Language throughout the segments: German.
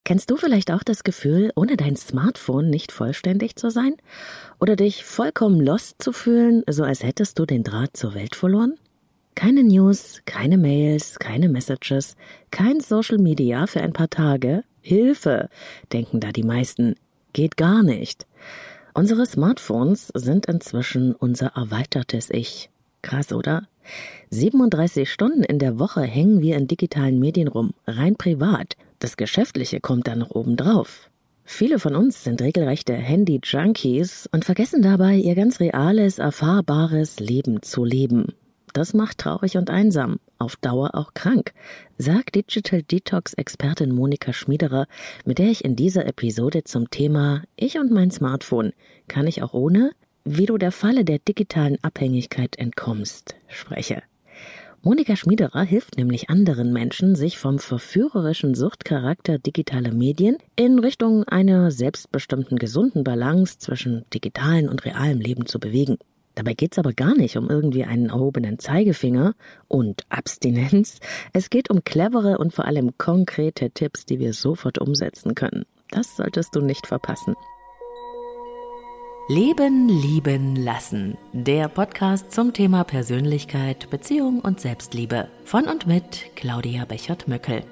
Kennst du vielleicht auch das Gefühl, ohne dein Smartphone nicht vollständig zu sein? Oder dich vollkommen lost zu fühlen, so als hättest du den Draht zur Welt verloren? Keine News, keine Mails, keine Messages, kein Social Media für ein paar Tage? Hilfe, denken da die meisten. Geht gar nicht. Unsere Smartphones sind inzwischen unser erweitertes Ich. Krass, oder? 37 Stunden in der Woche hängen wir in digitalen Medien rum, rein privat. Das Geschäftliche kommt dann noch obendrauf. Viele von uns sind regelrechte Handy-Junkies und vergessen dabei, ihr ganz reales, erfahrbares Leben zu leben. Das macht traurig und einsam, auf Dauer auch krank, sagt Digital Detox-Expertin Monika Schmiederer, mit der ich in dieser Episode zum Thema Ich und mein Smartphone, kann ich auch ohne, wie du der Falle der digitalen Abhängigkeit entkommst, spreche. Monika Schmiederer hilft nämlich anderen Menschen, sich vom verführerischen Suchtcharakter digitaler Medien in Richtung einer selbstbestimmten, gesunden Balance zwischen digitalem und realem Leben zu bewegen. Dabei geht's aber gar nicht um irgendwie einen erhobenen Zeigefinger und Abstinenz. Es geht um clevere und vor allem konkrete Tipps, die wir sofort umsetzen können. Das solltest du nicht verpassen. Leben, lieben, lassen. Der Podcast zum Thema Persönlichkeit, Beziehung und Selbstliebe. Von und mit Claudia Bechert-Möckel.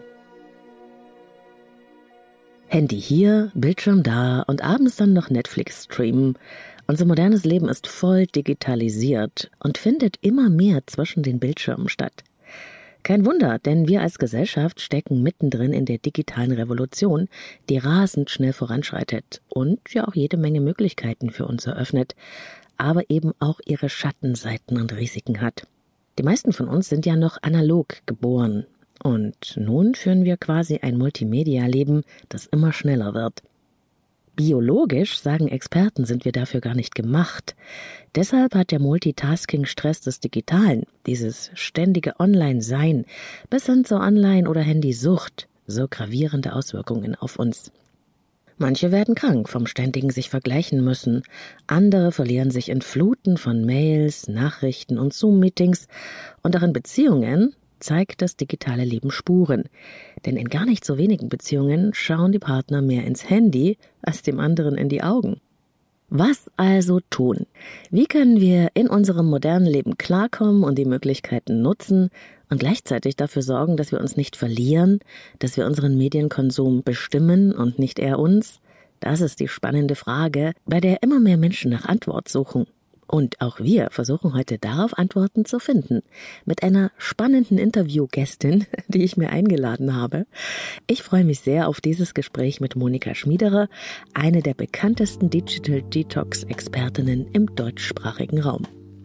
Handy hier, Bildschirm da und abends dann noch Netflix streamen. Unser modernes Leben ist voll digitalisiert und findet immer mehr zwischen den Bildschirmen statt. Kein Wunder, denn wir als Gesellschaft stecken mittendrin in der digitalen Revolution, die rasend schnell voranschreitet und ja auch jede Menge Möglichkeiten für uns eröffnet, aber eben auch ihre Schattenseiten und Risiken hat. Die meisten von uns sind ja noch analog geboren und nun führen wir quasi ein Multimedia-Leben, das immer schneller wird. Biologisch, sagen Experten, sind wir dafür gar nicht gemacht. Deshalb hat der Multitasking-Stress des Digitalen, dieses ständige Online-Sein, bis hin zur Online- oder Handysucht, so gravierende Auswirkungen auf uns. Manche werden krank vom ständigen sich vergleichen müssen. Andere verlieren sich in Fluten von Mails, Nachrichten und Zoom-Meetings. Und auch in Beziehungen zeigt das digitale Leben Spuren. Denn in gar nicht so wenigen Beziehungen schauen die Partner mehr ins Handy als dem anderen in die Augen. Was also tun? Wie können wir in unserem modernen Leben klarkommen und die Möglichkeiten nutzen und gleichzeitig dafür sorgen, dass wir uns nicht verlieren, dass wir unseren Medienkonsum bestimmen und nicht er uns? Das ist die spannende Frage, bei der immer mehr Menschen nach Antwort suchen. Und auch wir versuchen heute darauf Antworten zu finden. Mit einer spannenden Interviewgästin, die ich mir eingeladen habe. Ich freue mich sehr auf dieses Gespräch mit Monika Schmiederer, eine der bekanntesten Digital Detox-Expertinnen im deutschsprachigen Raum.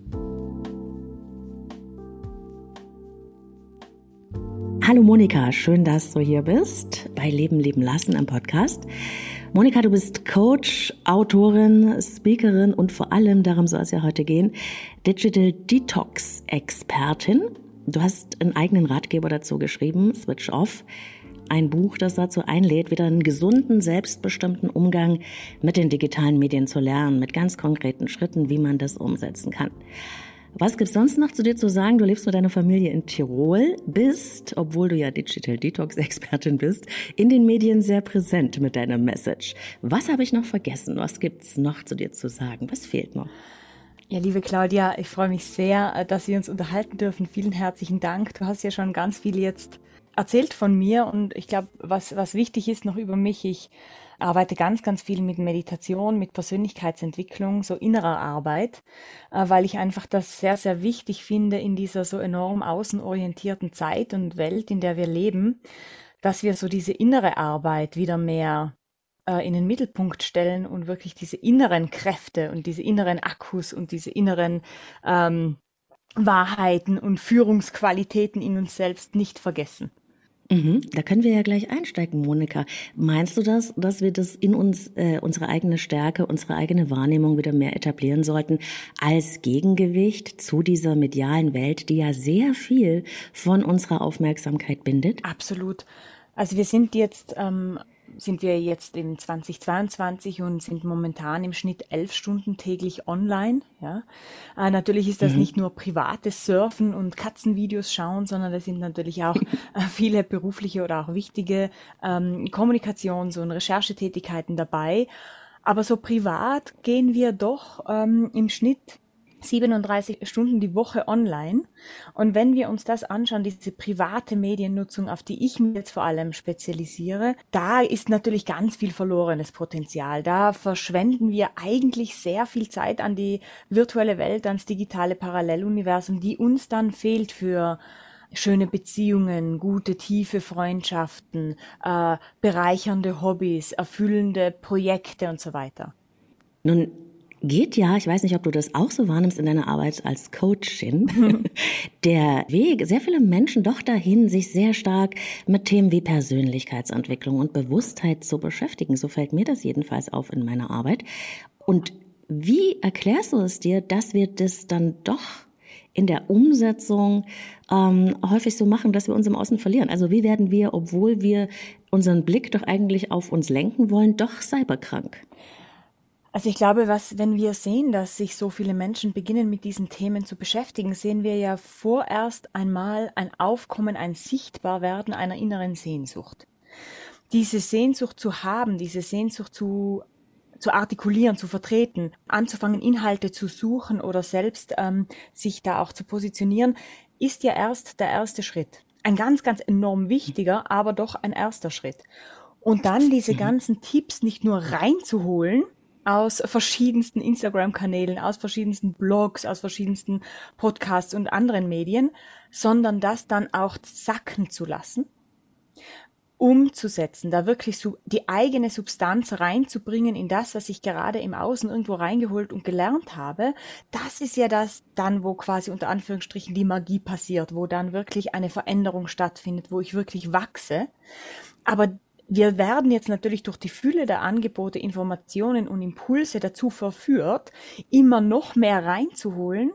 Hallo Monika, schön, dass du hier bist bei Leben, Leben, Lassen im Podcast. Monika, du bist Coach, Autorin, Speakerin und vor allem, darum soll es ja heute gehen, Digital Detox-Expertin. Du hast einen eigenen Ratgeber dazu geschrieben, Switch Off, ein Buch, das dazu einlädt, wieder einen gesunden, selbstbestimmten Umgang mit den digitalen Medien zu lernen, mit ganz konkreten Schritten, wie man das umsetzen kann. Was gibt's sonst noch zu dir zu sagen? Du lebst mit deiner Familie in Tirol, bist, obwohl du ja Digital Detox-Expertin bist, in den Medien sehr präsent mit deiner Message. Was habe ich noch vergessen? Was gibt's noch zu dir zu sagen? Was fehlt noch? Ja, liebe Claudia, ich freue mich sehr, dass wir uns unterhalten dürfen. Vielen herzlichen Dank. Du hast ja schon ganz viel jetzt erzählt von mir und ich glaube, was wichtig ist noch über mich, ich arbeite ganz, ganz viel mit Meditation, mit Persönlichkeitsentwicklung, so innerer Arbeit, weil ich einfach das sehr, sehr wichtig finde in dieser so enorm außenorientierten Zeit und Welt, in der wir leben, dass wir so diese innere Arbeit wieder mehr in den Mittelpunkt stellen und wirklich diese inneren Kräfte und diese inneren Akkus und diese inneren Wahrheiten und Führungsqualitäten in uns selbst nicht vergessen. Da können wir ja gleich einsteigen, Monika. Meinst du das, dass wir das in uns, unsere eigene Stärke, unsere eigene Wahrnehmung wieder mehr etablieren sollten als Gegengewicht zu dieser medialen Welt, die ja sehr viel von unserer Aufmerksamkeit bindet? Absolut. Also wir sind jetzt sind wir jetzt im 2022 und sind momentan im Schnitt 11 Stunden täglich online. Ja. Natürlich ist das nicht nur privates Surfen und Katzenvideos schauen, sondern das sind natürlich auch viele berufliche oder auch wichtige Kommunikations- und Recherchetätigkeiten dabei. Aber so privat gehen wir doch im Schnitt 37 Stunden die Woche online. Und wenn wir uns das anschauen, diese private Mediennutzung, auf die ich mich jetzt vor allem spezialisiere, da ist natürlich ganz viel verlorenes Potenzial. Da verschwenden wir eigentlich sehr viel Zeit an die virtuelle Welt, ans digitale Paralleluniversum, die uns dann fehlt für schöne Beziehungen, gute, tiefe Freundschaften, bereichernde Hobbys, erfüllende Projekte und so weiter. Nun geht ja, ich weiß nicht, ob du das auch so wahrnimmst in deiner Arbeit als Coachin, der Weg sehr viele Menschen doch dahin, sich sehr stark mit Themen wie Persönlichkeitsentwicklung und Bewusstheit zu beschäftigen. So fällt mir das jedenfalls auf in meiner Arbeit. Und wie erklärst du es dir, dass wir das dann doch in der Umsetzung häufig so machen, dass wir uns im Außen verlieren? Also wie werden wir, obwohl wir unseren Blick doch eigentlich auf uns lenken wollen, doch cyberkrank? Also ich glaube, wenn wir sehen, dass sich so viele Menschen beginnen, mit diesen Themen zu beschäftigen, sehen wir ja vorerst einmal ein Aufkommen, ein Sichtbarwerden einer inneren Sehnsucht. Diese Sehnsucht zu haben, diese Sehnsucht zu artikulieren, zu vertreten, anzufangen, Inhalte zu suchen oder selbst sich da auch zu positionieren, ist ja erst der erste Schritt. Ein ganz, ganz enorm wichtiger, aber doch ein erster Schritt. Und dann diese ganzen Tipps nicht nur reinzuholen, aus verschiedensten Instagram-Kanälen, aus verschiedensten Blogs, aus verschiedensten Podcasts und anderen Medien, sondern das dann auch sacken zu lassen, umzusetzen, da wirklich so die eigene Substanz reinzubringen in das, was ich gerade im Außen irgendwo reingeholt und gelernt habe. Das ist ja das dann, wo quasi unter Anführungsstrichen die Magie passiert, wo dann wirklich eine Veränderung stattfindet, wo ich wirklich wachse. Aber wir werden jetzt natürlich durch die Fülle der Angebote, Informationen und Impulse dazu verführt, immer noch mehr reinzuholen,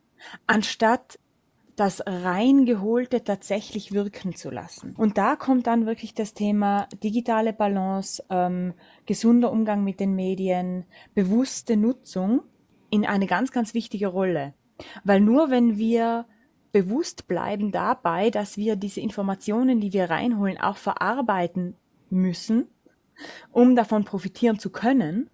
anstatt das Reingeholte tatsächlich wirken zu lassen. Und da kommt dann wirklich das Thema digitale Balance, gesunder Umgang mit den Medien, bewusste Nutzung in eine ganz, ganz wichtige Rolle. Weil nur wenn wir bewusst bleiben dabei, dass wir diese Informationen, die wir reinholen, auch verarbeiten müssen, um davon profitieren zu können,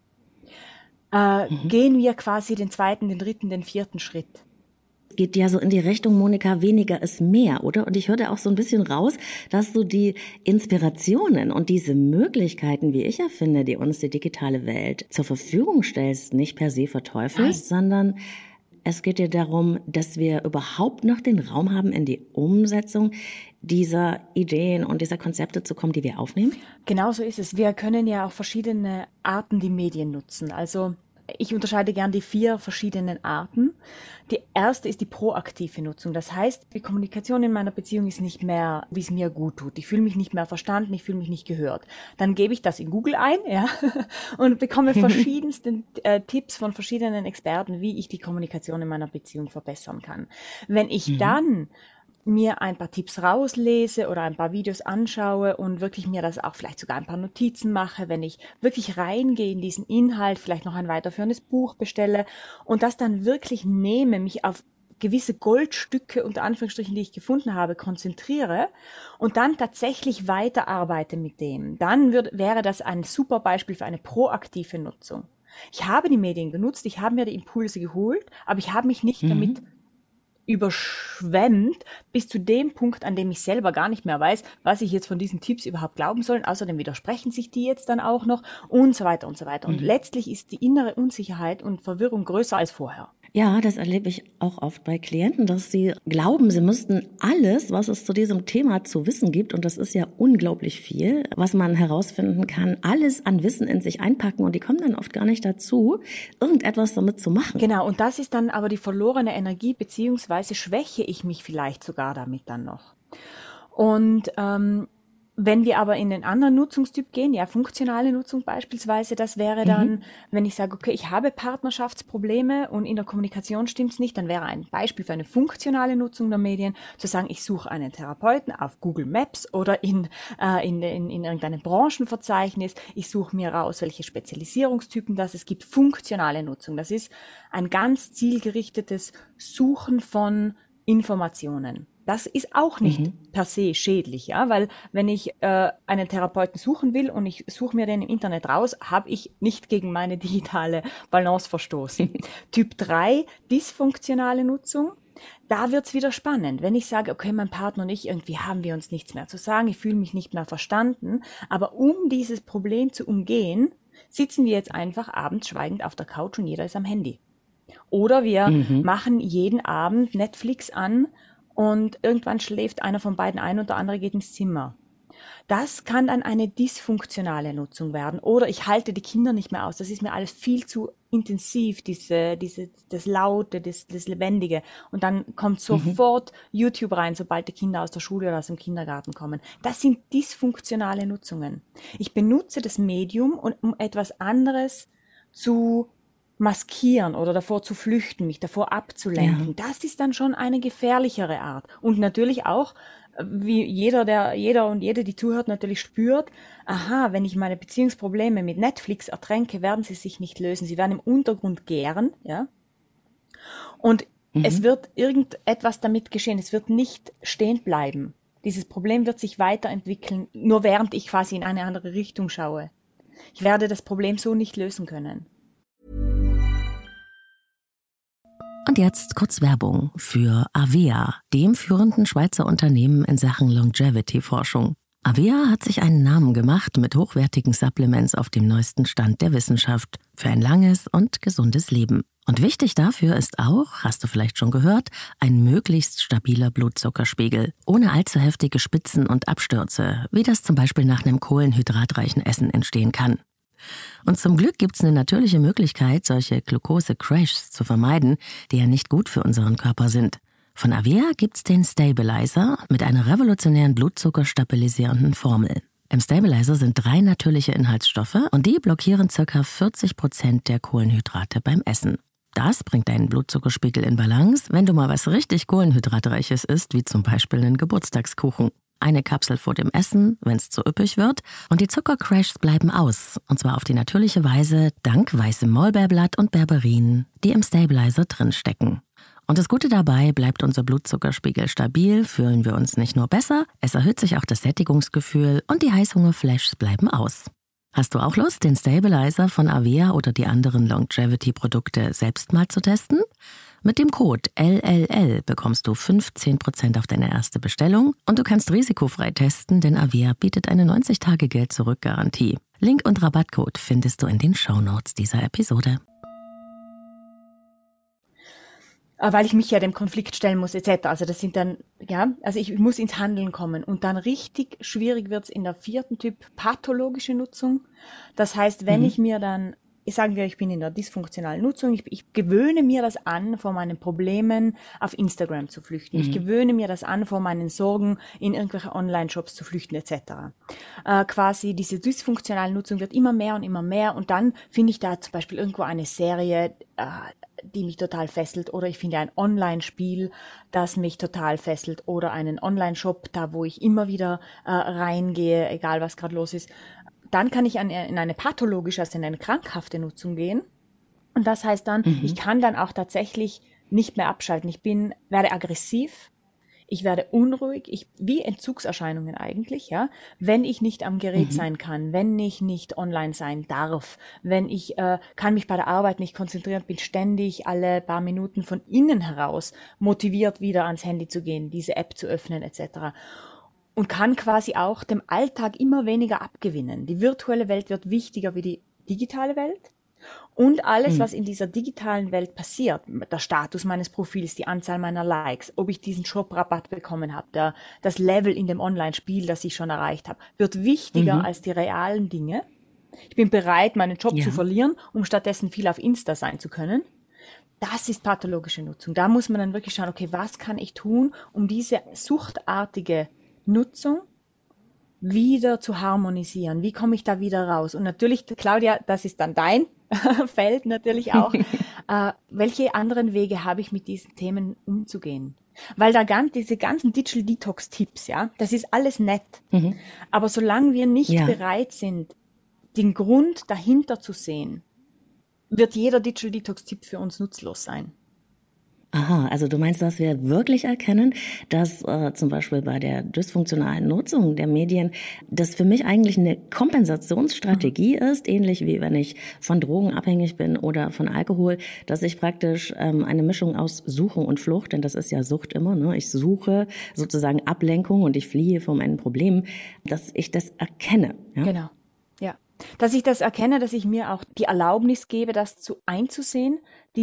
gehen wir quasi den zweiten, den dritten, den vierten Schritt. Geht ja so in die Richtung, Monika, weniger ist mehr, oder? Und ich höre da auch so ein bisschen raus, dass du die Inspirationen und diese Möglichkeiten, wie ich ja finde, die uns die digitale Welt zur Verfügung stellst, nicht per se verteufelst, sondern es geht dir darum, dass wir überhaupt noch den Raum haben, in die Umsetzung dieser Ideen und dieser Konzepte zu kommen, die wir aufnehmen? Genau so ist es. Wir können ja auch verschiedene Arten die Medien nutzen. Also ich unterscheide gern die 4 verschiedenen Arten. Die erste ist die proaktive Nutzung. Das heißt, die Kommunikation in meiner Beziehung ist nicht mehr, wie es mir gut tut. Ich fühle mich nicht mehr verstanden, ich fühle mich nicht gehört. Dann gebe ich das in Google ein, ja, und bekomme verschiedenste Tipps von verschiedenen Experten, wie ich die Kommunikation in meiner Beziehung verbessern kann. Wenn ich dann mir ein paar Tipps rauslese oder ein paar Videos anschaue und wirklich mir das auch vielleicht sogar ein paar Notizen mache, wenn ich wirklich reingehe in diesen Inhalt, vielleicht noch ein weiterführendes Buch bestelle und das dann wirklich nehme, mich auf gewisse Goldstücke unter Anführungsstrichen, die ich gefunden habe, konzentriere und dann tatsächlich weiterarbeite mit dem, dann wäre das ein super Beispiel für eine proaktive Nutzung. Ich habe die Medien genutzt, ich habe mir die Impulse geholt, aber ich habe mich nicht damit überschwemmt bis zu dem Punkt, an dem ich selber gar nicht mehr weiß, was ich jetzt von diesen Tipps überhaupt glauben soll. Außerdem widersprechen sich die jetzt dann auch noch und so weiter und so weiter. Und letztlich ist die innere Unsicherheit und Verwirrung größer als vorher. Ja, das erlebe ich auch oft bei Klienten, dass sie glauben, sie müssten alles, was es zu diesem Thema zu wissen gibt, und das ist ja unglaublich viel, was man herausfinden kann, alles an Wissen in sich einpacken und die kommen dann oft gar nicht dazu, irgendetwas damit zu machen. Genau, und das ist dann aber die verlorene Energie, beziehungsweise schwäche ich mich vielleicht sogar damit dann noch. Und Wenn wir aber in den anderen Nutzungstyp gehen, ja, funktionale Nutzung beispielsweise, das wäre dann, wenn ich sage, okay, ich habe Partnerschaftsprobleme und in der Kommunikation stimmt's nicht, dann wäre ein Beispiel für eine funktionale Nutzung der Medien, zu sagen, ich suche einen Therapeuten auf Google Maps oder in irgendeinem Branchenverzeichnis, ich suche mir raus, welche Spezialisierungstypen es gibt, funktionale Nutzung. Das ist ein ganz zielgerichtetes Suchen von Informationen. Das ist auch nicht per se schädlich, ja, weil wenn ich einen Therapeuten suchen will und ich suche mir den im Internet raus, habe ich nicht gegen meine digitale Balance verstoßen. Typ 3, dysfunktionale Nutzung. Da wird's wieder spannend, wenn ich sage, okay, mein Partner und ich, irgendwie haben wir uns nichts mehr zu sagen, ich fühle mich nicht mehr verstanden, aber um dieses Problem zu umgehen, sitzen wir jetzt einfach abends schweigend auf der Couch und jeder ist am Handy. Oder wir machen jeden Abend Netflix an und irgendwann schläft einer von beiden ein und der andere geht ins Zimmer. Das kann dann eine dysfunktionale Nutzung werden. Oder ich halte die Kinder nicht mehr aus. Das ist mir alles viel zu intensiv, das Laute, das Lebendige. Und dann kommt sofort YouTube rein, sobald die Kinder aus der Schule oder aus dem Kindergarten kommen. Das sind dysfunktionale Nutzungen. Ich benutze das Medium, um etwas anderes zu maskieren oder davor zu flüchten, mich davor abzulenken. Ja. Das ist dann schon eine gefährlichere Art. Und natürlich auch, wie jeder und jede, die zuhört, natürlich spürt, aha, wenn ich meine Beziehungsprobleme mit Netflix ertränke, werden sie sich nicht lösen. Sie werden im Untergrund gären, ja. Und es wird irgendetwas damit geschehen. Es wird nicht stehen bleiben. Dieses Problem wird sich weiterentwickeln, nur während ich quasi in eine andere Richtung schaue. Ich werde das Problem so nicht lösen können. Und jetzt kurz Werbung für Avea, dem führenden Schweizer Unternehmen in Sachen Longevity-Forschung. Avea hat sich einen Namen gemacht mit hochwertigen Supplements auf dem neuesten Stand der Wissenschaft für ein langes und gesundes Leben. Und wichtig dafür ist auch, hast du vielleicht schon gehört, ein möglichst stabiler Blutzuckerspiegel, ohne allzu heftige Spitzen und Abstürze, wie das zum Beispiel nach einem kohlenhydratreichen Essen entstehen kann. Und zum Glück gibt's eine natürliche Möglichkeit, solche Glucose-Crashs zu vermeiden, die ja nicht gut für unseren Körper sind. Von Avea gibt's den Stabilizer mit einer revolutionären blutzuckerstabilisierenden Formel. Im Stabilizer sind 3 natürliche Inhaltsstoffe und die blockieren ca. 40% der Kohlenhydrate beim Essen. Das bringt deinen Blutzuckerspiegel in Balance, wenn du mal was richtig Kohlenhydratreiches isst, wie zum Beispiel einen Geburtstagskuchen. Eine Kapsel vor dem Essen, wenn es zu üppig wird, und die Zuckercrashs bleiben aus, und zwar auf die natürliche Weise dank weißem Maulbeerblatt und Berberin, die im Stabilizer drinstecken. Und das Gute dabei, bleibt unser Blutzuckerspiegel stabil, fühlen wir uns nicht nur besser, es erhöht sich auch das Sättigungsgefühl und die Heißhungerflashs bleiben aus. Hast du auch Lust, den Stabilizer von Avea oder die anderen Longevity-Produkte selbst mal zu testen? Mit dem Code LLL bekommst du 15% auf deine erste Bestellung und du kannst risikofrei testen, denn Avea bietet eine 90-Tage-Geld-Zurück-Garantie. Link und Rabattcode findest du in den Shownotes dieser Episode. Weil ich mich ja dem Konflikt stellen muss, etc. Also das sind dann, ja, also ich muss ins Handeln kommen. Und dann richtig schwierig wird's in der 4. Typ, pathologische Nutzung. Das heißt, wenn ich mir dann, sagen wir, ich bin in der dysfunktionalen Nutzung, ich gewöhne mir das an, vor meinen Problemen auf Instagram zu flüchten. Ich gewöhne mir das an, vor meinen Sorgen in irgendwelche Online-Shops zu flüchten, etc. Quasi diese dysfunktionale Nutzung wird immer mehr und dann finde ich da zum Beispiel irgendwo eine Serie, die mich total fesselt, oder ich finde ein Online-Spiel, das mich total fesselt, oder einen Online-Shop, da wo ich immer wieder reingehe, egal was gerade los ist. Dann kann ich in eine pathologische, also in eine krankhafte Nutzung gehen. Und das heißt dann, ich kann dann auch tatsächlich nicht mehr abschalten. Werde aggressiv, ich werde unruhig, wie Entzugserscheinungen eigentlich, ja, wenn ich nicht am Gerät sein kann, wenn ich nicht online sein darf, wenn ich kann mich bei der Arbeit nicht konzentrieren, bin ständig alle paar Minuten von innen heraus motiviert, wieder ans Handy zu gehen, diese App zu öffnen, etc. Und kann quasi auch dem Alltag immer weniger abgewinnen. Die virtuelle Welt wird wichtiger wie die digitale Welt. Und alles, was in dieser digitalen Welt passiert, der Status meines Profils, die Anzahl meiner Likes, ob ich diesen Shop-Rabatt bekommen habe, das Level in dem Online-Spiel, das ich schon erreicht habe, wird wichtiger als die realen Dinge. Ich bin bereit, meinen Job zu verlieren, um stattdessen viel auf Insta sein zu können. Das ist pathologische Nutzung. Da muss man dann wirklich schauen, okay, was kann ich tun, um diese suchtartige Nutzung wieder zu harmonisieren? Wie komme ich da wieder raus? Und natürlich, Claudia, das ist dann dein Feld natürlich auch. Welche anderen Wege habe ich mit diesen Themen umzugehen? Weil diese ganzen Digital Detox Tipps, ja, das ist alles nett. Aber solange wir nicht bereit sind, den Grund dahinter zu sehen, wird jeder Digital Detox Tipp für uns nutzlos sein. Aha, also du meinst, dass wir wirklich erkennen, dass zum Beispiel bei der dysfunktionalen Nutzung der Medien das für mich eigentlich eine Kompensationsstrategie ist, ähnlich wie wenn ich von Drogen abhängig bin oder von Alkohol, dass ich praktisch eine Mischung aus Suche und Flucht, denn das ist ja Sucht immer, ne? Ich suche sozusagen Ablenkung und ich fliehe vor meinem Problem, dass ich das erkenne. Ja? Genau, ja. Dass ich das erkenne, dass ich mir auch die Erlaubnis gebe, das einzusehen,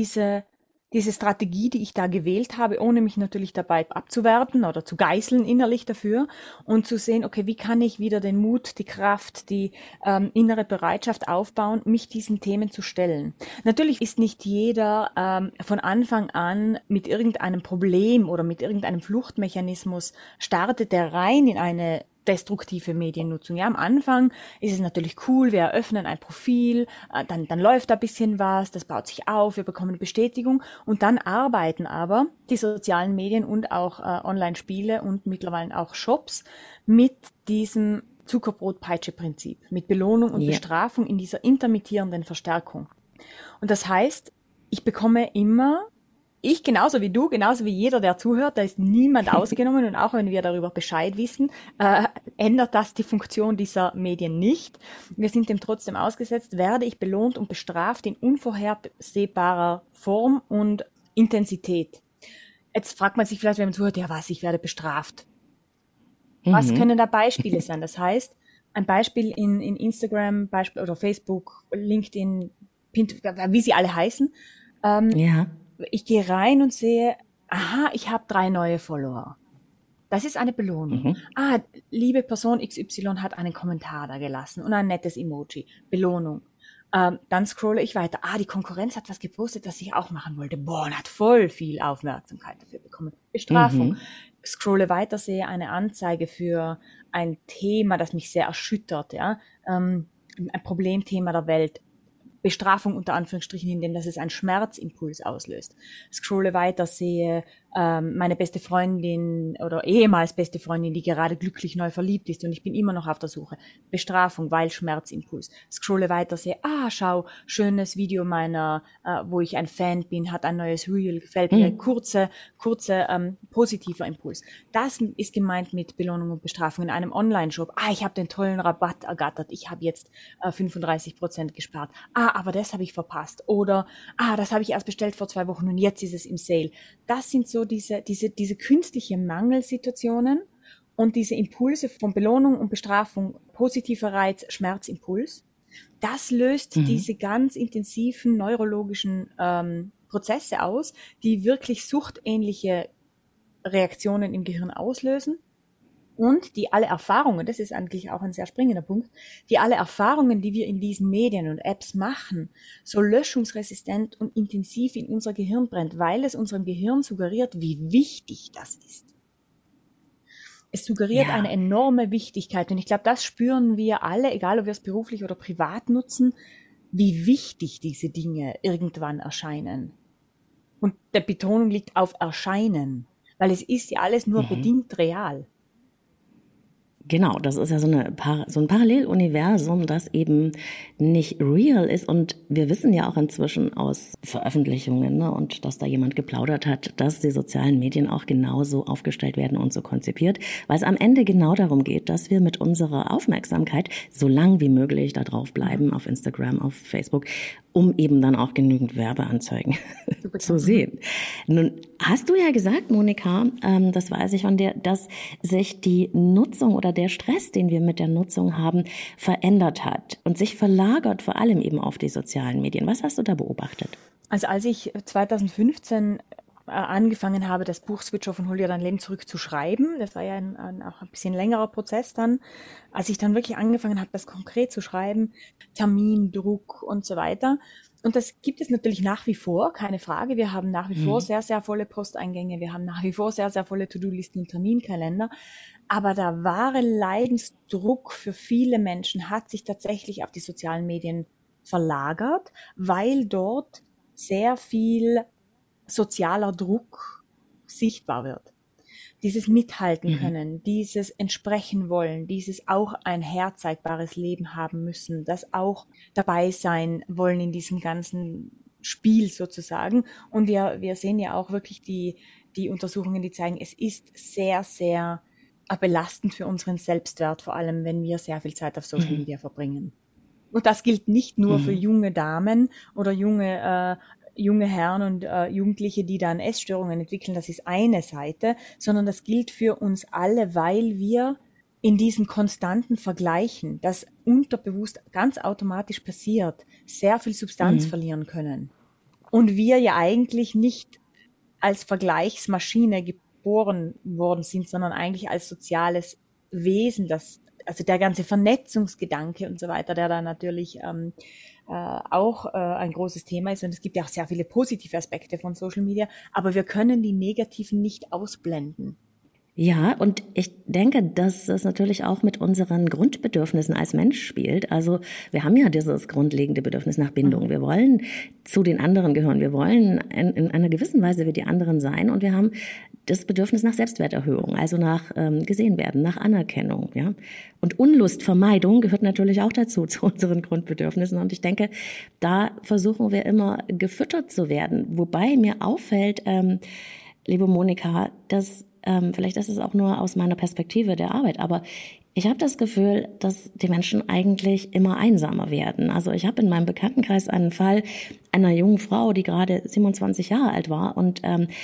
diese Strategie, die ich da gewählt habe, ohne mich natürlich dabei abzuwerten oder zu geißeln innerlich dafür und zu sehen, okay, wie kann ich wieder den Mut, die Kraft, die innere Bereitschaft aufbauen, mich diesen Themen zu stellen. Natürlich ist nicht jeder von Anfang an mit irgendeinem Problem oder mit irgendeinem Fluchtmechanismus startet, der rein in eine destruktive Mediennutzung. Ja, am Anfang ist es natürlich cool, wir eröffnen ein Profil, dann läuft da ein bisschen was, das baut sich auf, wir bekommen Bestätigung und dann arbeiten aber die sozialen Medien und auch Online-Spiele und mittlerweile auch Shops mit diesem Zuckerbrot-Peitsche-Prinzip, mit Belohnung und Bestrafung in dieser intermittierenden Verstärkung. Und das heißt, ich bekomme immer genauso wie du, genauso wie jeder, der zuhört, da ist niemand ausgenommen und auch wenn wir darüber Bescheid wissen, ändert das die Funktion dieser Medien nicht. Wir sind dem trotzdem ausgesetzt, werde ich belohnt und bestraft in unvorhersehbarer Form und Intensität. Jetzt fragt man sich vielleicht, wenn man zuhört, ja was, ich werde bestraft. Was können da Beispiele sein? Das heißt, ein Beispiel in Instagram, Beispiel oder Facebook, LinkedIn, Pinterest, wie sie alle heißen, ich gehe rein und sehe, aha, ich habe 3 neue Follower. Das ist eine Belohnung. Liebe Person XY hat einen Kommentar da gelassen und ein nettes Emoji. Belohnung. Dann scrolle ich weiter. Die Konkurrenz hat was gepostet, das ich auch machen wollte. Und hat voll viel Aufmerksamkeit dafür bekommen. Bestrafung. Scrolle weiter, sehe eine Anzeige für ein Thema, das mich sehr erschüttert. Ja? Ein Problemthema der Welt. Bestrafung unter Anführungsstrichen, indem dass es einen Schmerzimpuls auslöst. Scrolle weiter, sehe meine beste Freundin oder ehemals beste Freundin, die gerade glücklich neu verliebt ist und ich bin immer noch auf der Suche. Bestrafung, weil Schmerzimpuls. Scrolle weiter, sehe, schau, schönes Video meiner, wo ich ein Fan bin, hat ein neues Reel, gefällt mir, kurze positiver Impuls. Das ist gemeint mit Belohnung und Bestrafung in einem Online-Shop. Ich habe den tollen Rabatt ergattert, ich habe jetzt 35% gespart. Aber das habe ich verpasst. Oder, das habe ich erst bestellt vor 2 Wochen und jetzt ist es im Sale. Das sind so diese künstliche Mangelsituationen und diese Impulse von Belohnung und Bestrafung, positiver Reiz, Schmerzimpuls. Das löst diese ganz intensiven neurologischen Prozesse aus, die wirklich suchtähnliche Reaktionen im Gehirn auslösen. Und die alle Erfahrungen, das ist eigentlich auch ein sehr springender Punkt, die alle Erfahrungen, die wir in diesen Medien und Apps machen, so löschungsresistent und intensiv in unser Gehirn brennt, weil es unserem Gehirn suggeriert, wie wichtig das ist. Es suggeriert eine enorme Wichtigkeit und ich glaube, das spüren wir alle, egal ob wir es beruflich oder privat nutzen, wie wichtig diese Dinge irgendwann erscheinen. Und der Betonung liegt auf erscheinen, weil es ist ja alles nur bedingt real. Genau, das ist ja so ein Paralleluniversum, das eben nicht real ist. Und wir wissen ja auch inzwischen aus Veröffentlichungen, ne, und dass da jemand geplaudert hat, dass die sozialen Medien auch genauso aufgestellt werden und so konzipiert, weil es am Ende genau darum geht, dass wir mit unserer Aufmerksamkeit so lang wie möglich da drauf bleiben, auf Instagram, auf Facebook, um eben dann auch genügend Werbeanzeigen zu sehen. Nun hast du ja gesagt, Monika, das weiß ich von dir, dass sich die Nutzung oder der Stress, den wir mit der Nutzung haben, verändert hat und sich verlagert vor allem eben auf die sozialen Medien. Was hast du da beobachtet? Also als ich 2015 angefangen habe, das Buch Switch Off und hol dir dein Leben zurück zu schreiben, das war ja auch ein bisschen längerer Prozess dann, als ich dann wirklich angefangen habe, das konkret zu schreiben, Termindruck und so weiter. Und das gibt es natürlich nach wie vor, keine Frage. Wir haben nach wie vor sehr, sehr volle Posteingänge. Wir haben nach wie vor sehr, sehr volle To-Do-Listen und Terminkalender. Aber der wahre Leidensdruck für viele Menschen hat sich tatsächlich auf die sozialen Medien verlagert, weil dort sehr viel sozialer Druck sichtbar wird. Dieses Mithalten Mhm. können, dieses entsprechen wollen, dieses auch ein herzeigbares Leben haben müssen, das auch dabei sein wollen in diesem ganzen Spiel sozusagen. Und wir sehen ja auch wirklich die Untersuchungen, die zeigen, es ist sehr, sehr belastend für unseren Selbstwert, vor allem wenn wir sehr viel Zeit auf Social Mhm. Media verbringen. Und das gilt nicht nur für Mhm. junge Damen oder junge Herren und Jugendliche, die dann Essstörungen entwickeln. Das ist eine Seite, sondern das gilt für uns alle, weil wir in diesem konstanten Vergleichen, das unterbewusst ganz automatisch passiert, sehr viel Substanz Mhm. verlieren können. Und wir ja eigentlich nicht als Vergleichsmaschine geboren worden sind, sondern eigentlich als soziales Wesen, das, also der ganze Vernetzungsgedanke und so weiter, der da natürlich auch ein großes Thema ist. Und es gibt ja auch sehr viele positive Aspekte von Social Media, aber wir können die negativen nicht ausblenden. Ja, und ich denke, dass es natürlich auch mit unseren Grundbedürfnissen als Mensch spielt. Also wir haben ja dieses grundlegende Bedürfnis nach Bindung. Mhm. Wir wollen zu den anderen gehören. Wir wollen in einer gewissen Weise wie die anderen sein. Und wir haben das Bedürfnis nach Selbstwerterhöhung, also nach gesehen werden, nach Anerkennung. Ja? Und Unlustvermeidung gehört natürlich auch dazu, zu unseren Grundbedürfnissen. Und ich denke, da versuchen wir immer gefüttert zu werden. Wobei mir auffällt, liebe Monika, dass vielleicht ist es auch nur aus meiner Perspektive der Arbeit, aber ich habe das Gefühl, dass die Menschen eigentlich immer einsamer werden. Also ich habe in meinem Bekanntenkreis einen Fall einer jungen Frau, die gerade 27 Jahre alt war und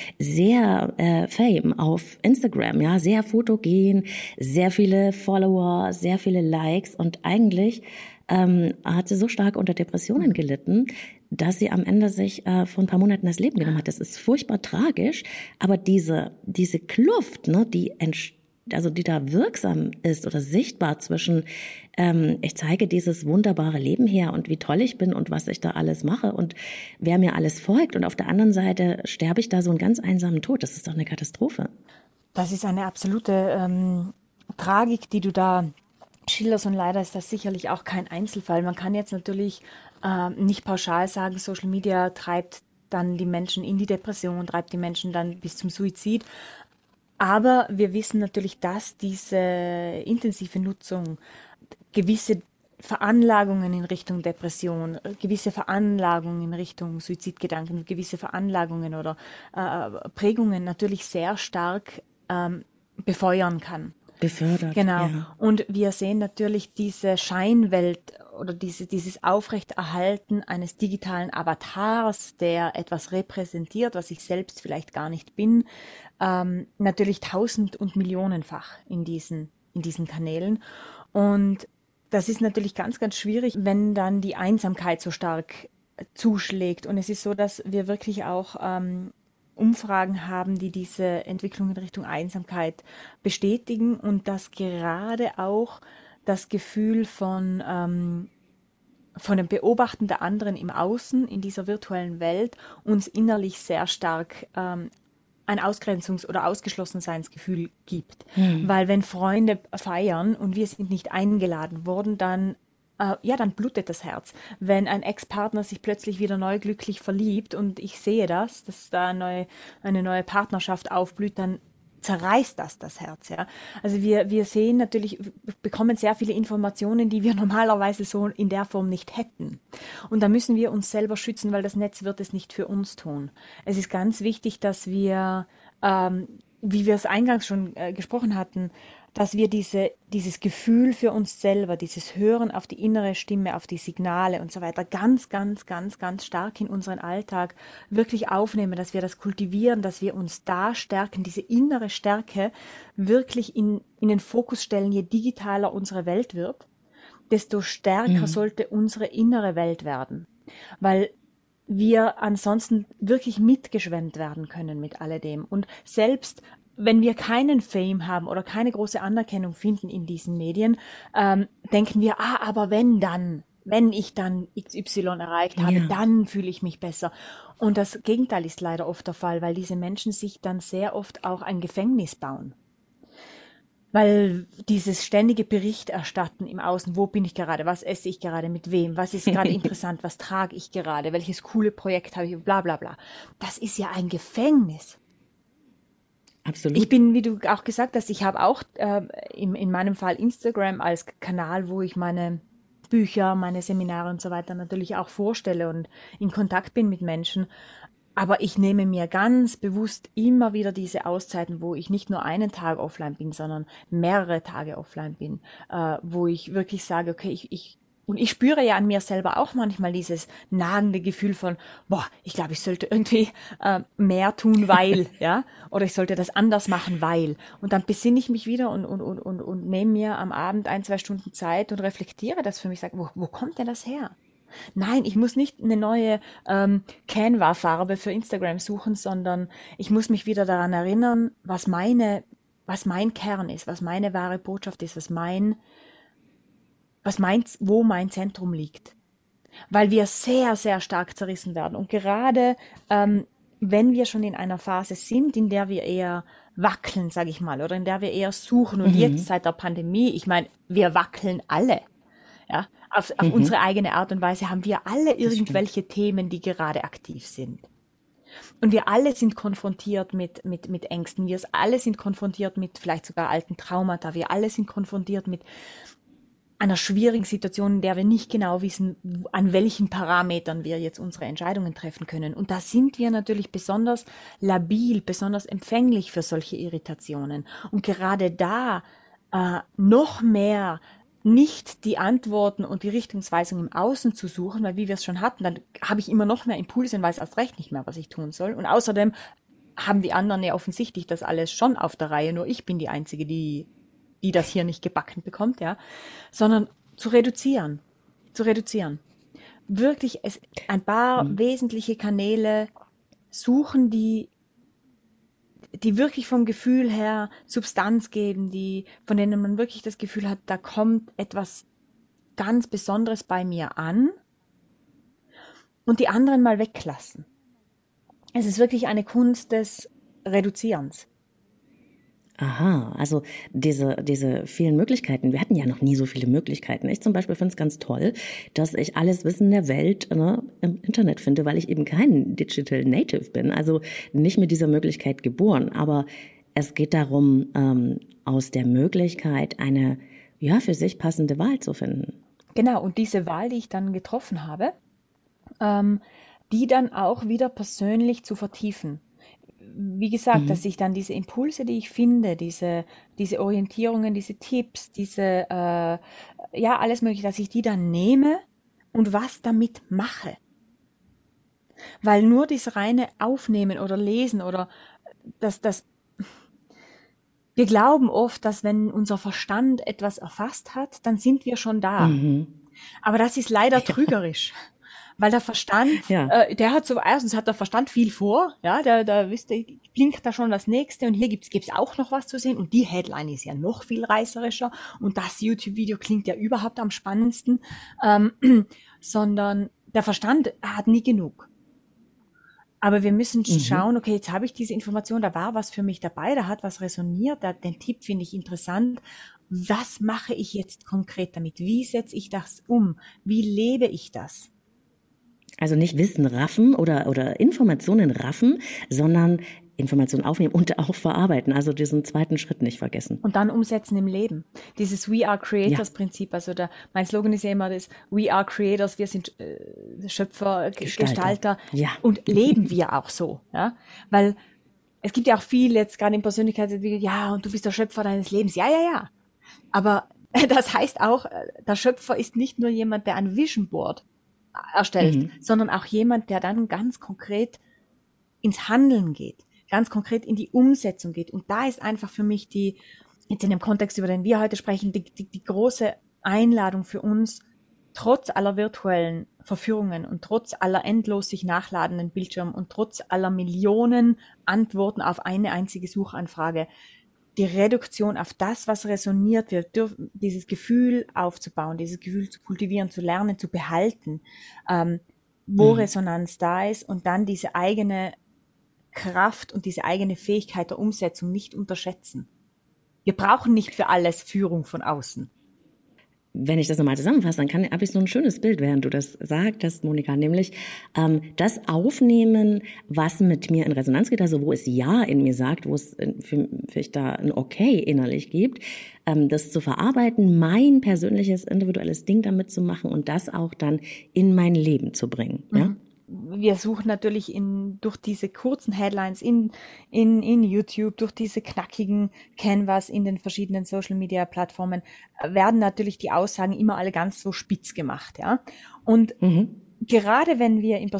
sehr Fame auf Instagram, ja, sehr fotogen, sehr viele Follower, sehr viele Likes und eigentlich hat sie so stark unter Depressionen Mhm. gelitten, dass sie am Ende sich vor ein paar Monaten das Leben genommen hat. Das ist furchtbar tragisch, aber diese Kluft, ne, also die da wirksam ist oder sichtbar zwischen, ich zeige dieses wunderbare Leben her und wie toll ich bin und was ich da alles mache und wer mir alles folgt und auf der anderen Seite sterbe ich da so einen ganz einsamen Tod. Das ist doch eine Katastrophe. Das ist eine absolute Tragik, die du da schilderst und leider ist das sicherlich auch kein Einzelfall. Man kann jetzt natürlich nicht pauschal sagen, Social Media treibt dann die Menschen in die Depression, treibt die Menschen dann bis zum Suizid. Aber wir wissen natürlich, dass diese intensive Nutzung gewisse Veranlagungen in Richtung Depression, gewisse Veranlagungen in Richtung Suizidgedanken, gewisse Veranlagungen oder Prägungen natürlich sehr stark befeuern kann. Befördert, Genau. ja. Und wir sehen natürlich diese Scheinwelt oder dieses Aufrechterhalten eines digitalen Avatars, der etwas repräsentiert, was ich selbst vielleicht gar nicht bin, natürlich tausend- und millionenfach in diesen Kanälen. Und das ist natürlich ganz, ganz schwierig, wenn dann die Einsamkeit so stark zuschlägt. Und es ist so, dass wir wirklich auch Umfragen haben, die diese Entwicklung in Richtung Einsamkeit bestätigen und dass gerade auch das Gefühl von dem Beobachten der anderen im Außen, in dieser virtuellen Welt, uns innerlich sehr stark ein Ausgrenzungs- oder Ausgeschlossenseinsgefühl gibt. Hm. Weil wenn Freunde feiern und wir sind nicht eingeladen worden, dann ja, dann blutet das Herz. Wenn ein Ex-Partner sich plötzlich wieder neu glücklich verliebt und ich sehe das, dass da eine neue Partnerschaft aufblüht, dann zerreißt das Herz, ja. Also wir sehen natürlich, bekommen sehr viele Informationen, die wir normalerweise so in der Form nicht hätten. Und da müssen wir uns selber schützen, weil das Netz wird es nicht für uns tun. Es ist ganz wichtig, dass wir, wie wir es eingangs schon gesprochen hatten, dass wir dieses Gefühl für uns selber, dieses Hören auf die innere Stimme, auf die Signale und so weiter ganz, ganz, ganz, ganz stark in unseren Alltag wirklich aufnehmen, dass wir das kultivieren, dass wir uns da stärken, diese innere Stärke wirklich in den Fokus stellen, je digitaler unsere Welt wird, desto stärker Hm. sollte unsere innere Welt werden. Weil wir ansonsten wirklich mitgeschwemmt werden können mit alledem. Und selbst wenn wir keinen Fame haben oder keine große Anerkennung finden in diesen Medien, denken wir, aber wenn ich dann XY erreicht habe, Ja. dann fühle ich mich besser. Und das Gegenteil ist leider oft der Fall, weil diese Menschen sich dann sehr oft auch ein Gefängnis bauen. Weil dieses ständige Bericht erstatten im Außen, wo bin ich gerade, was esse ich gerade, mit wem, was ist gerade interessant, was trage ich gerade, welches coole Projekt habe ich, bla bla bla. Das ist ja ein Gefängnis. Ich Absolut. bin, wie du auch gesagt hast, ich habe auch in meinem Fall Instagram als Kanal, wo ich meine Bücher, meine Seminare und so weiter natürlich auch vorstelle und in Kontakt bin mit Menschen. Aber ich nehme mir ganz bewusst immer wieder diese Auszeiten, wo ich nicht nur einen Tag offline bin, sondern mehrere Tage offline bin, wo ich wirklich sage, okay, und ich spüre ja an mir selber auch manchmal dieses nagende Gefühl von, boah, ich glaube, ich sollte irgendwie mehr tun, weil, ja, oder ich sollte das anders machen, weil. Und dann besinne ich mich wieder und nehme mir am Abend 1, 2 Stunden Zeit und reflektiere das für mich, sage, wo kommt denn das her? Nein, ich muss nicht eine neue Canva-Farbe für Instagram suchen, sondern ich muss mich wieder daran erinnern, was mein Kern ist, was meine wahre Botschaft ist, wo mein Zentrum liegt. Weil wir sehr, sehr stark zerrissen werden. Und gerade wenn wir schon in einer Phase sind, in der wir eher wackeln, sage ich mal, oder in der wir eher suchen, und jetzt seit der Pandemie, ich meine, wir wackeln alle. Ja, auf unsere eigene Art und Weise haben wir alle Das stimmt. irgendwelche Themen, die gerade aktiv sind. Und wir alle sind konfrontiert mit Ängsten. Wir alle sind konfrontiert mit vielleicht sogar alten Traumata. Wir alle sind konfrontiert mit einer schwierigen Situation, in der wir nicht genau wissen, an welchen Parametern wir jetzt unsere Entscheidungen treffen können. Und da sind wir natürlich besonders labil, besonders empfänglich für solche Irritationen. Und gerade da noch mehr nicht die Antworten und die Richtungsweisung im Außen zu suchen, weil wie wir es schon hatten, dann habe ich immer noch mehr Impulse und weiß erst recht nicht mehr, was ich tun soll. Und außerdem haben die anderen ja offensichtlich das alles schon auf der Reihe, nur ich bin die Einzige, die das hier nicht gebacken bekommt, ja, sondern zu reduzieren. Wirklich ein paar wesentliche Kanäle suchen, die wirklich vom Gefühl her Substanz geben, von denen man wirklich das Gefühl hat, da kommt etwas ganz Besonderes bei mir an, und die anderen mal weglassen. Es ist wirklich eine Kunst des Reduzierens. Aha, also diese vielen Möglichkeiten. Wir hatten ja noch nie so viele Möglichkeiten. Ich zum Beispiel finde es ganz toll, dass ich alles Wissen der Welt im Internet finde, weil ich eben kein Digital Native bin. Also nicht mit dieser Möglichkeit geboren. Aber es geht darum, aus der Möglichkeit eine ja für sich passende Wahl zu finden. Genau, und diese Wahl, die ich dann getroffen habe, die dann auch wieder persönlich zu vertiefen. Wie gesagt, dass ich dann diese Impulse, die ich finde, diese Orientierungen, diese Tipps, ja, alles Mögliche, dass ich die dann nehme und was damit mache. Weil nur das reine Aufnehmen oder Lesen oder das, wir glauben oft, dass wenn unser Verstand etwas erfasst hat, dann sind wir schon da. Aber das ist leider trügerisch. Weil der Verstand, Ja. erstens hat der Verstand viel vor, ja, da wisst ihr, blinkt da schon das nächste, und hier gibt's auch noch was zu sehen, und die Headline ist ja noch viel reißerischer, und das YouTube-Video klingt ja überhaupt am spannendsten, sondern der Verstand hat nie genug. Aber wir müssen schauen, okay, jetzt habe ich diese Information, da war was für mich dabei, da hat was resoniert, den Tipp finde ich interessant. Was mache ich jetzt konkret damit? Wie setze ich das um? Wie lebe ich das? Also nicht Wissen raffen oder Informationen raffen, sondern Informationen aufnehmen und auch verarbeiten. Also diesen zweiten Schritt nicht vergessen. Und dann umsetzen im Leben. Dieses We are Creators Prinzip. Also mein Slogan ist ja immer das We are Creators, wir sind Schöpfer, Gestalter. Ja. Und leben wir auch so. Ja? Weil es gibt ja auch viel jetzt gerade in Persönlichkeitsentwicklung, ja, und du bist der Schöpfer deines Lebens. Ja, ja, ja. Aber das heißt auch, der Schöpfer ist nicht nur jemand, der ein Vision Board erstellt, sondern auch jemand, der dann ganz konkret ins Handeln geht, ganz konkret in die Umsetzung geht. Und da ist einfach für mich jetzt in dem Kontext, über den wir heute sprechen, die große Einladung für uns, trotz aller virtuellen Verführungen und trotz aller endlos sich nachladenden Bildschirme und trotz aller Millionen Antworten auf eine einzige Suchanfrage, die Reduktion auf das, was resoniert, wir dürfen dieses Gefühl aufzubauen, dieses Gefühl zu kultivieren, zu lernen, zu behalten, wo Resonanz da ist, und dann diese eigene Kraft und diese eigene Fähigkeit der Umsetzung nicht unterschätzen. Wir brauchen nicht für alles Führung von außen. Wenn ich das nochmal zusammenfasse, dann habe ich so ein schönes Bild, während du das sagtest, Monika, nämlich das Aufnehmen, was mit mir in Resonanz geht, also wo es Ja in mir sagt, wo es vielleicht da ein Okay innerlich gibt, das zu verarbeiten, mein persönliches, individuelles Ding damit zu machen und das auch dann in mein Leben zu bringen. Ja? Wir suchen natürlich durch diese kurzen Headlines in YouTube, durch diese knackigen Canvas in den verschiedenen Social-Media-Plattformen, werden natürlich die Aussagen immer alle ganz so spitz gemacht, ja. Und gerade wenn wir in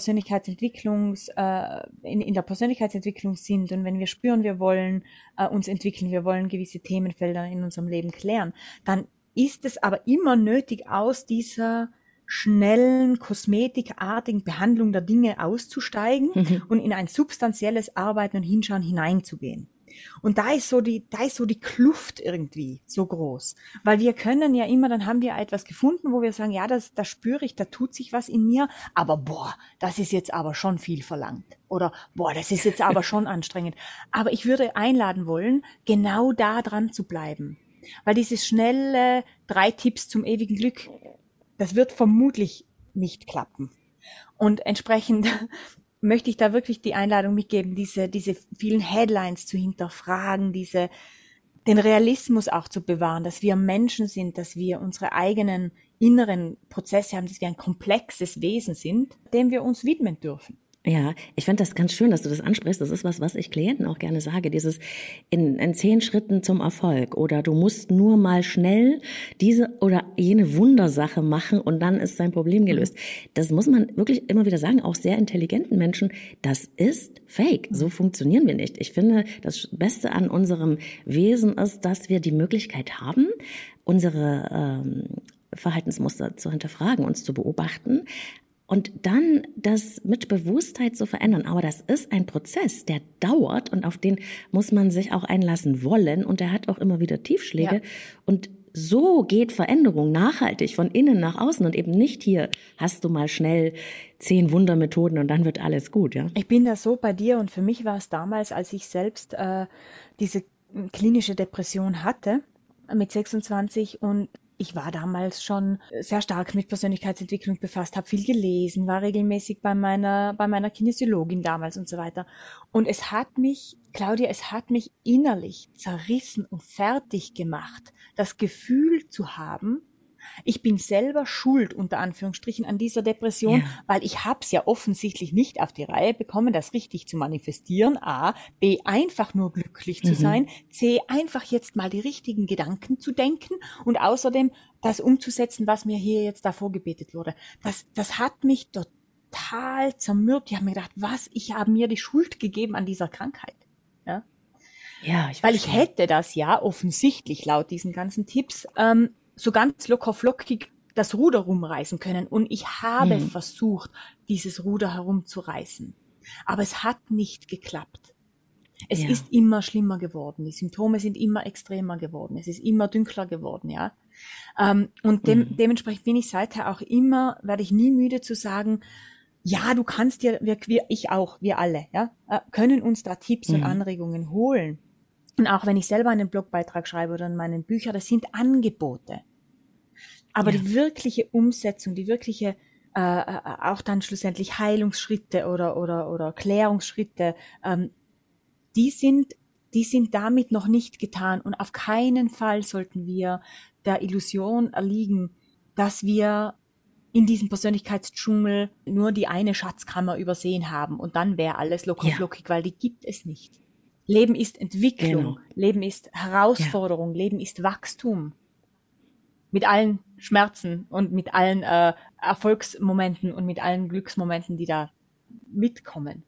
der Persönlichkeitsentwicklung sind und wenn wir spüren, wir wollen uns entwickeln, wir wollen gewisse Themenfelder in unserem Leben klären, dann ist es aber immer nötig, aus dieser schnellen, kosmetikartigen Behandlung der Dinge auszusteigen und in ein substanzielles Arbeiten und Hinschauen hineinzugehen. Und da ist so die Kluft irgendwie so groß. Weil wir können ja immer, dann haben wir etwas gefunden, wo wir sagen, ja, das spüre ich, da tut sich was in mir, aber boah, das ist jetzt aber schon viel verlangt. Oder boah, das ist jetzt aber schon anstrengend. Aber ich würde einladen wollen, genau da dran zu bleiben. Weil dieses schnelle 3 Tipps zum ewigen Glück, das wird vermutlich nicht klappen. Und entsprechend möchte ich da wirklich die Einladung mitgeben, diese vielen Headlines zu hinterfragen, den Realismus auch zu bewahren, dass wir Menschen sind, dass wir unsere eigenen inneren Prozesse haben, dass wir ein komplexes Wesen sind, dem wir uns widmen dürfen. Ja, ich finde das ganz schön, dass du das ansprichst. Das ist was ich Klienten auch gerne sage. Dieses in 10 Schritten zum Erfolg oder du musst nur mal schnell diese oder jene Wundersache machen und dann ist dein Problem gelöst. Das muss man wirklich immer wieder sagen, auch sehr intelligenten Menschen. Das ist fake. So funktionieren wir nicht. Ich finde, das Beste an unserem Wesen ist, dass wir die Möglichkeit haben, unsere Verhaltensmuster zu hinterfragen, uns zu beobachten, und dann das mit Bewusstheit zu verändern. Aber das ist ein Prozess, der dauert und auf den muss man sich auch einlassen wollen. Und der hat auch immer wieder Tiefschläge. Ja. Und so geht Veränderung nachhaltig von innen nach außen und eben nicht hier hast du mal schnell 10 Wundermethoden und dann wird alles gut. Ja? Ich bin da so bei dir und für mich war es damals, als ich selbst diese klinische Depression hatte mit 26 und ich war damals schon sehr stark mit Persönlichkeitsentwicklung befasst, habe viel gelesen, war regelmäßig bei meiner Kinesiologin damals und so weiter. Und es hat mich, Claudia, innerlich zerrissen und fertig gemacht, das Gefühl zu haben, ich bin selber schuld, unter Anführungsstrichen, an dieser Depression, weil ich habe es ja offensichtlich nicht auf die Reihe bekommen, das richtig zu manifestieren. A, B, einfach nur glücklich zu sein. C, einfach jetzt mal die richtigen Gedanken zu denken und außerdem das umzusetzen, was mir hier jetzt davor gebetet wurde. Das hat mich total zermürbt. Ich habe mir gedacht, ich habe mir die Schuld gegeben an dieser Krankheit. Ja, weil ich hätte das ja offensichtlich laut diesen ganzen Tipps so ganz locker flockig das Ruder rumreißen können. Und ich habe versucht, dieses Ruder herumzureißen. Aber es hat nicht geklappt. Es ist immer schlimmer geworden. Die Symptome sind immer extremer geworden. Es ist immer dunkler geworden, ja. Und dementsprechend bin ich seither auch immer, werde ich nie müde zu sagen, ja, du kannst dir, wir alle, ja, können uns da Tipps und Anregungen holen. Und auch wenn ich selber einen Blogbeitrag schreibe oder in meinen Büchern, das sind Angebote. Aber die wirkliche Umsetzung, die wirkliche, auch dann schlussendlich Heilungsschritte oder Klärungsschritte, die sind damit noch nicht getan. Und auf keinen Fall sollten wir der Illusion erliegen, dass wir in diesem Persönlichkeitsdschungel nur die eine Schatzkammer übersehen haben und dann wäre alles lockerflockig, weil die gibt es nicht. Leben ist Entwicklung, Leben ist Herausforderung, Leben ist Wachstum. Mit allen Schmerzen und mit allen Erfolgsmomenten und mit allen Glücksmomenten, die da mitkommen.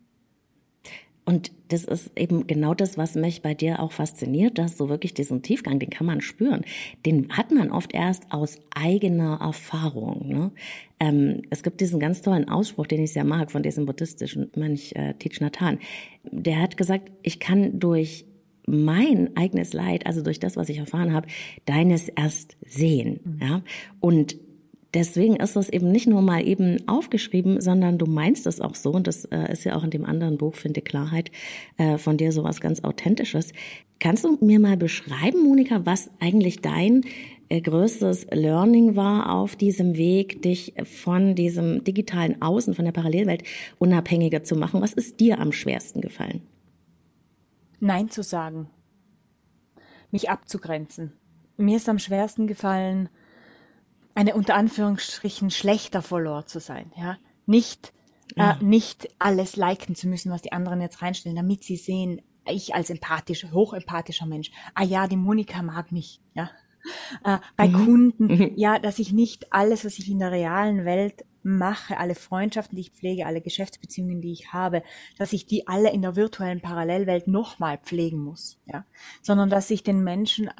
Und das ist eben genau das, was mich bei dir auch fasziniert, dass so wirklich diesen Tiefgang, den kann man spüren. Den hat man oft erst aus eigener Erfahrung. Ne? Es gibt diesen ganz tollen Ausspruch, den ich sehr mag, von diesem buddhistischen Mönch Thich Nhat Hanh. Der hat gesagt, ich kann durch mein eigenes Leid, also durch das, was ich erfahren habe, deines erst sehen. Ja? Und deswegen ist das eben nicht nur mal eben aufgeschrieben, sondern du meinst es auch so. Und das ist ja auch in dem anderen Buch, Finde Klarheit, von dir sowas ganz Authentisches. Kannst du mir mal beschreiben, Monika, was eigentlich dein größtes Learning war auf diesem Weg, dich von diesem digitalen Außen, von der Parallelwelt unabhängiger zu machen? Was ist dir am schwersten gefallen? Nein zu sagen, mich abzugrenzen. Mir ist am schwersten gefallen, eine unter Anführungsstrichen schlechter Follower zu sein, ja. Nicht alles liken zu müssen, was die anderen jetzt reinstellen, damit sie sehen, ich als hochempathischer Mensch, ja, die Monika mag mich, ja. Bei Kunden, ja, dass ich nicht alles, was ich in der realen Welt mache, alle Freundschaften, die ich pflege, alle Geschäftsbeziehungen, die ich habe, dass ich die alle in der virtuellen Parallelwelt nochmal pflegen muss, ja, sondern dass ich den Menschen,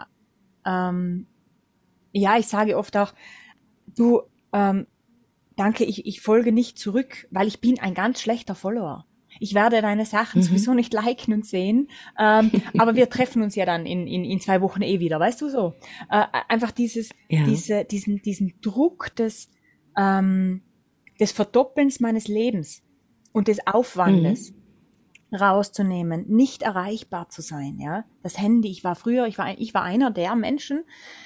ich sage oft auch, du, danke, ich folge nicht zurück, weil ich bin ein ganz schlechter Follower. Ich werde deine Sachen sowieso nicht liken und sehen, aber wir treffen uns ja dann in 2 Wochen wieder, weißt du so? Einfach diesen Druck des Verdoppelns meines Lebens und des Aufwandes rauszunehmen, nicht erreichbar zu sein, ja. Das Handy, ich war einer der Menschen,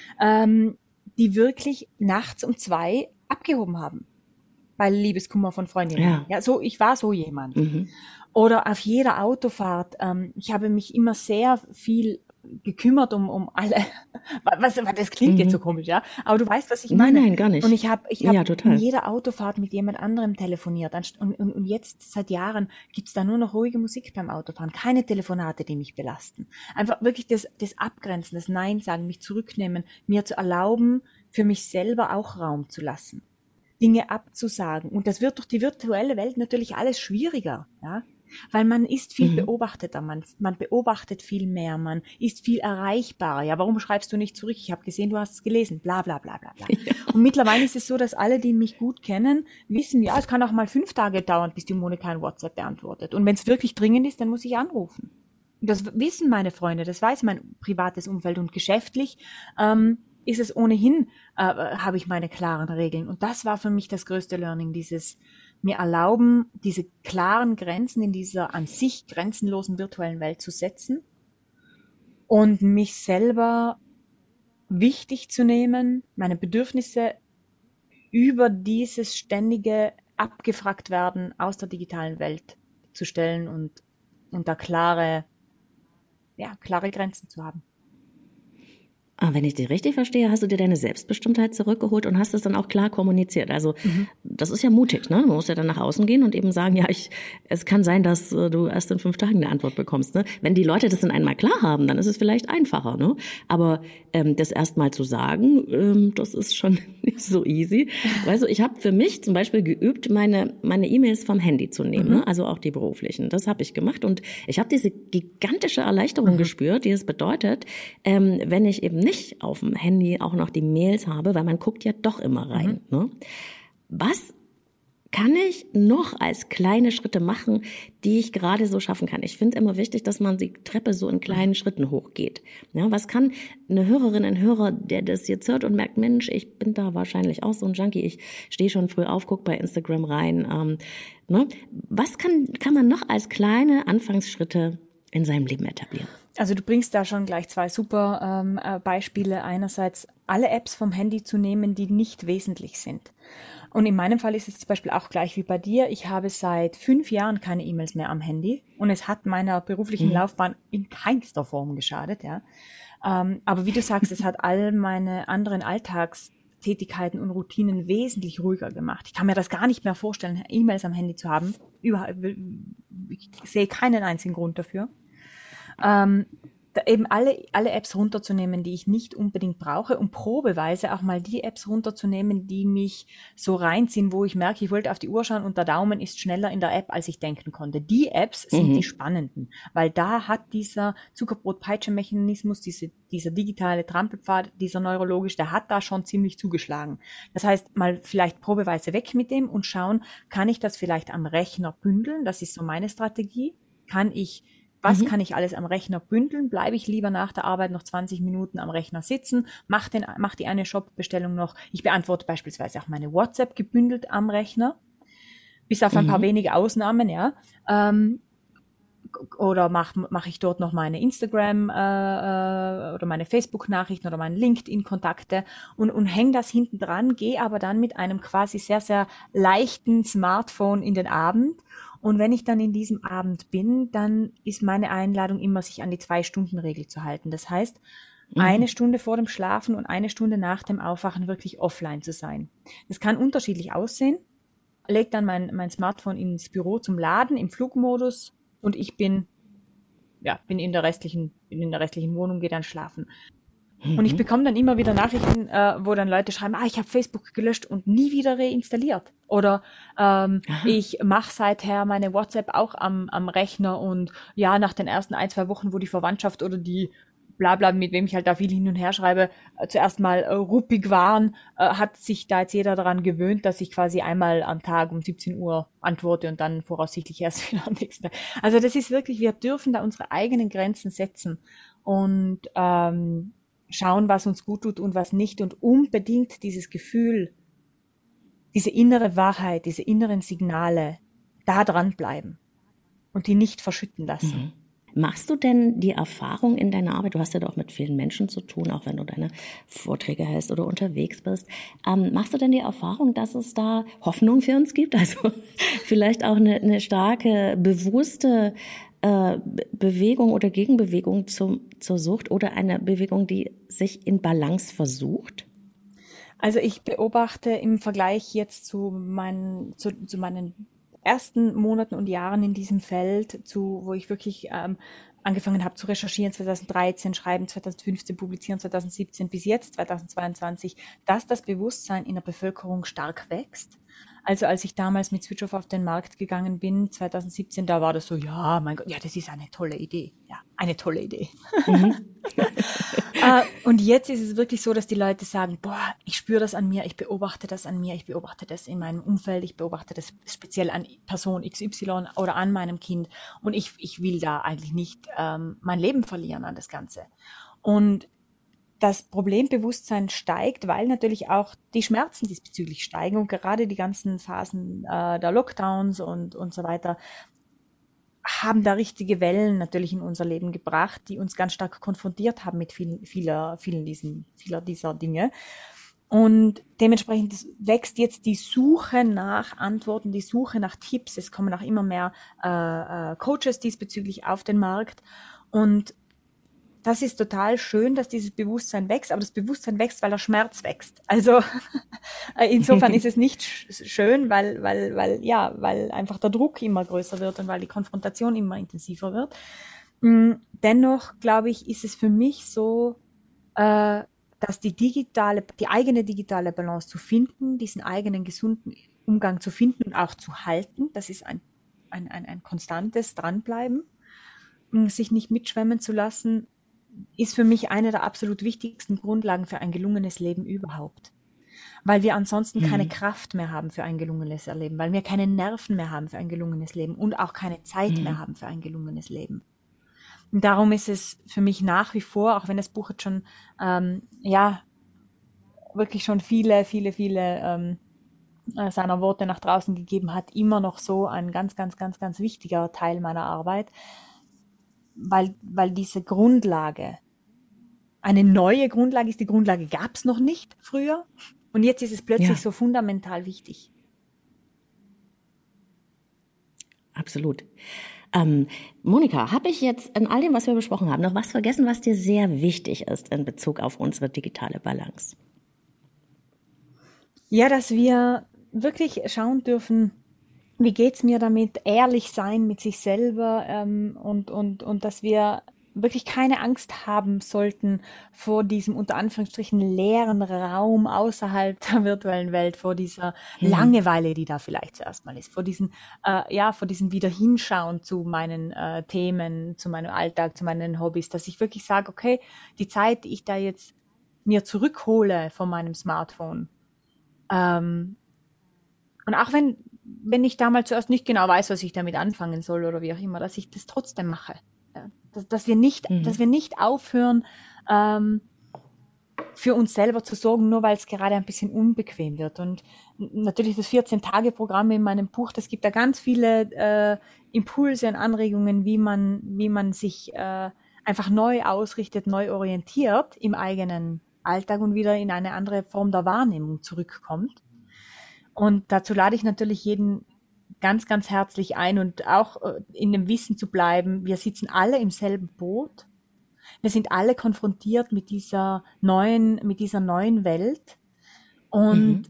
die wirklich nachts um 2 abgehoben haben. Weil Liebeskummer von Freundinnen. Ja, so, ich war so jemand. Oder auf jeder Autofahrt, ich habe mich immer sehr viel gekümmert um alle. Das klingt jetzt so komisch, ja. Aber du weißt, was ich meine. Nein, gar nicht. Und ich habe in jeder Autofahrt mit jemand anderem telefoniert. Und jetzt seit Jahren gibt's da nur noch ruhige Musik beim Autofahren. Keine Telefonate, die mich belasten. Einfach wirklich das Abgrenzen, das Nein sagen, mich zurücknehmen, mir zu erlauben, für mich selber auch Raum zu lassen. Dinge abzusagen. Und das wird durch die virtuelle Welt natürlich alles schwieriger, ja. Weil man ist viel beobachteter, man beobachtet viel mehr, man ist viel erreichbarer. Ja, warum schreibst du nicht zurück? Ich habe gesehen, du hast es gelesen, bla bla bla bla bla. Ja. Und mittlerweile ist es so, dass alle, die mich gut kennen, wissen, ja, es kann auch mal 5 Tage dauern, bis die Monika ein WhatsApp beantwortet. Und wenn es wirklich dringend ist, dann muss ich anrufen. Und das wissen meine Freunde, das weiß mein privates Umfeld und geschäftlich ist es ohnehin, habe ich meine klaren Regeln. Und das war für mich das größte Learning, dieses mir erlauben, diese klaren Grenzen in dieser an sich grenzenlosen virtuellen Welt zu setzen und mich selber wichtig zu nehmen, meine Bedürfnisse über dieses ständige abgefragt werden aus der digitalen Welt zu stellen und da klare Grenzen zu haben. Wenn ich dich richtig verstehe, hast du dir deine Selbstbestimmtheit zurückgeholt und hast es dann auch klar kommuniziert. Also das ist ja mutig, ne? Man muss ja dann nach außen gehen und eben sagen, ja, es kann sein, dass du erst in 5 Tagen eine Antwort bekommst. Ne? Wenn die Leute das dann einmal klar haben, dann ist es vielleicht einfacher. Ne? Aber das erstmal zu sagen, das ist schon nicht so easy. Weißt du, ich habe für mich zum Beispiel geübt, meine E-Mails vom Handy zu nehmen, ne? Also auch die beruflichen. Das habe ich gemacht und ich habe diese gigantische Erleichterung gespürt, die es bedeutet, wenn ich eben nicht auf dem Handy auch noch die Mails habe, weil man guckt ja doch immer rein. Ne? Was kann ich noch als kleine Schritte machen, die ich gerade so schaffen kann? Ich finde immer wichtig, dass man die Treppe so in kleinen Schritten hochgeht. Ja, was kann eine Hörerin, ein Hörer, der das jetzt hört und merkt, Mensch, ich bin da wahrscheinlich auch so ein Junkie, ich stehe schon früh auf, guck bei Instagram rein. Ne? Was kann man noch als kleine Anfangsschritte in seinem Leben etablieren? Also du bringst da schon gleich 2 super Beispiele. Einerseits alle Apps vom Handy zu nehmen, die nicht wesentlich sind. Und in meinem Fall ist es zum Beispiel auch gleich wie bei dir. Ich habe seit 5 Jahren keine E-Mails mehr am Handy und es hat meiner beruflichen Laufbahn in keinster Form geschadet. Ja. Aber wie du sagst, es hat all meine anderen Alltagstätigkeiten und Routinen wesentlich ruhiger gemacht. Ich kann mir das gar nicht mehr vorstellen, E-Mails am Handy zu haben. Ich sehe keinen einzigen Grund dafür. Eben alle Apps runterzunehmen, die ich nicht unbedingt brauche und probeweise auch mal die Apps runterzunehmen, die mich so reinziehen, wo ich merke, ich wollte auf die Uhr schauen und der Daumen ist schneller in der App, als ich denken konnte. Die Apps sind die spannenden, weil da hat dieser Zuckerbrot-Peitsche-Mechanismus, dieser digitale Trampelpfad, dieser neurologisch, der hat da schon ziemlich zugeschlagen. Das heißt, mal vielleicht probeweise weg mit dem und schauen, kann ich das vielleicht am Rechner bündeln? Das ist so meine Strategie. Kann ich Was kann ich alles am Rechner bündeln? Bleibe ich lieber nach der Arbeit noch 20 Minuten am Rechner sitzen? Mach die eine Shop-Bestellung noch. Ich beantworte beispielsweise auch meine WhatsApp gebündelt am Rechner. Bis auf ein paar wenige Ausnahmen, ja. Oder mach ich dort noch meine Instagram oder meine Facebook-Nachrichten oder meine LinkedIn-Kontakte und hänge das hinten dran, gehe aber dann mit einem quasi sehr, sehr leichten Smartphone in den Abend. Und wenn ich dann in diesem Abend bin, dann ist meine Einladung immer, sich an die 2-Stunden-Regel zu halten. Das heißt, eine Stunde vor dem Schlafen und eine Stunde nach dem Aufwachen wirklich offline zu sein. Das kann unterschiedlich aussehen. Leg dann mein Smartphone ins Büro zum Laden im Flugmodus und ich bin in der restlichen Wohnung, gehe dann schlafen. Und ich bekomme dann immer wieder Nachrichten, wo dann Leute schreiben, ich habe Facebook gelöscht und nie wieder reinstalliert. Oder ich mache seither meine WhatsApp auch am Rechner und ja, nach den ersten 1-2 Wochen, wo die Verwandtschaft oder die Blabla, mit wem ich halt da viel hin und her schreibe, zuerst mal ruppig waren, hat sich da jetzt jeder daran gewöhnt, dass ich quasi einmal am Tag um 17 Uhr antworte und dann voraussichtlich erst wieder am nächsten Tag. Also das ist wirklich, wir dürfen da unsere eigenen Grenzen setzen und schauen, was uns gut tut und was nicht und unbedingt dieses Gefühl, diese innere Wahrheit, diese inneren Signale da dranbleiben und die nicht verschütten lassen. Machst du denn die Erfahrung in deiner Arbeit, du hast ja doch mit vielen Menschen zu tun, auch wenn du deine Vorträge hältst oder unterwegs bist, machst du denn die Erfahrung, dass es da Hoffnung für uns gibt? Also vielleicht auch eine starke, bewusste Bewegung oder Gegenbewegung zur Sucht oder eine Bewegung, die sich in Balance versucht? Also ich beobachte im Vergleich jetzt zu meinen ersten Monaten und Jahren in diesem Feld, wo ich wirklich angefangen habe zu recherchieren, 2013, schreiben 2015, publizieren 2017 bis jetzt 2022, dass das Bewusstsein in der Bevölkerung stark wächst. Also als ich damals mit Switch Off auf den Markt gegangen bin, 2017, da war das so, ja, mein Gott, ja, das ist eine tolle Idee. Ja, eine tolle Idee. Und jetzt ist es wirklich so, dass die Leute sagen, ich spüre das an mir, ich beobachte das an mir, ich beobachte das in meinem Umfeld, ich beobachte das speziell an Person XY oder an meinem Kind und ich will da eigentlich nicht mein Leben verlieren an das Ganze. Und das Problembewusstsein steigt, weil natürlich auch die Schmerzen diesbezüglich steigen und gerade die ganzen Phasen der Lockdowns und so weiter haben da richtige Wellen natürlich in unser Leben gebracht, die uns ganz stark konfrontiert haben mit vieler dieser Dinge. Und dementsprechend wächst jetzt die Suche nach Antworten, die Suche nach Tipps. Es kommen auch immer mehr Coaches diesbezüglich auf den Markt. Und das ist total schön, dass dieses Bewusstsein wächst, aber das Bewusstsein wächst, weil der Schmerz wächst. Also insofern ist es nicht schön, weil einfach der Druck immer größer wird und weil die Konfrontation immer intensiver wird. Dennoch, glaube ich, ist es für mich so, dass die eigene digitale Balance zu finden, diesen eigenen gesunden Umgang zu finden und auch zu halten, das ist ein konstantes Dranbleiben, sich nicht mitschwemmen zu lassen, ist für mich eine der absolut wichtigsten Grundlagen für ein gelungenes Leben überhaupt. Weil wir ansonsten keine Kraft mehr haben für ein gelungenes Leben, weil wir keine Nerven mehr haben für ein gelungenes Leben und auch keine Zeit mehr haben für ein gelungenes Leben. Und darum ist es für mich nach wie vor, auch wenn das Buch jetzt schon, wirklich schon viele seiner Worte nach draußen gegeben hat, immer noch so ein ganz, ganz, ganz, ganz wichtiger Teil meiner Arbeit, weil diese Grundlage eine neue Grundlage ist. Die Grundlage gab es noch nicht früher und jetzt ist es plötzlich so fundamental wichtig. Absolut. Monika, habe ich jetzt in all dem, was wir besprochen haben, noch was vergessen, was dir sehr wichtig ist in Bezug auf unsere digitale Balance? Ja, dass wir wirklich schauen dürfen, wie geht's mir damit, ehrlich sein mit sich selber und dass wir wirklich keine Angst haben sollten vor diesem unter Anführungsstrichen leeren Raum außerhalb der virtuellen Welt, vor dieser Langeweile, die da vielleicht zuerst mal ist, vor diesem Wiederhinschauen zu meinen Themen, zu meinem Alltag, zu meinen Hobbys, dass ich wirklich sage, okay, die Zeit, die ich da jetzt mir zurückhole von meinem Smartphone, und auch wenn ich damals zuerst nicht genau weiß, was ich damit anfangen soll oder wie auch immer, dass ich das trotzdem mache. dass wir nicht aufhören, für uns selber zu sorgen, nur weil es gerade ein bisschen unbequem wird. Und natürlich das 14-Tage-Programm in meinem Buch, das gibt da ganz viele Impulse und Anregungen, wie man sich einfach neu ausrichtet, neu orientiert im eigenen Alltag und wieder in eine andere Form der Wahrnehmung zurückkommt. Und dazu lade ich natürlich jeden ganz, ganz herzlich ein und auch in dem Wissen zu bleiben, wir sitzen alle im selben Boot. Wir sind alle konfrontiert mit dieser neuen Welt. Und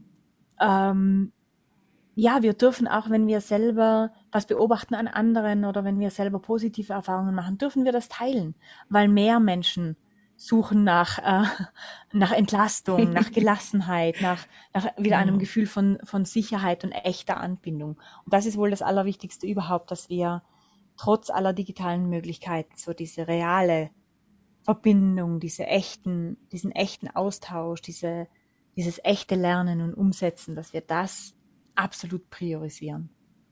wir dürfen auch, wenn wir selber was beobachten an anderen oder wenn wir selber positive Erfahrungen machen, dürfen wir das teilen, weil mehr Menschen suchen nach Entlastung, nach Gelassenheit, nach wieder einem Gefühl von Sicherheit und echter Anbindung. Und das ist wohl das Allerwichtigste überhaupt, dass wir trotz aller digitalen Möglichkeiten so diese reale Verbindung, diesen echten Austausch, dieses echte Lernen und Umsetzen, dass wir das absolut priorisieren.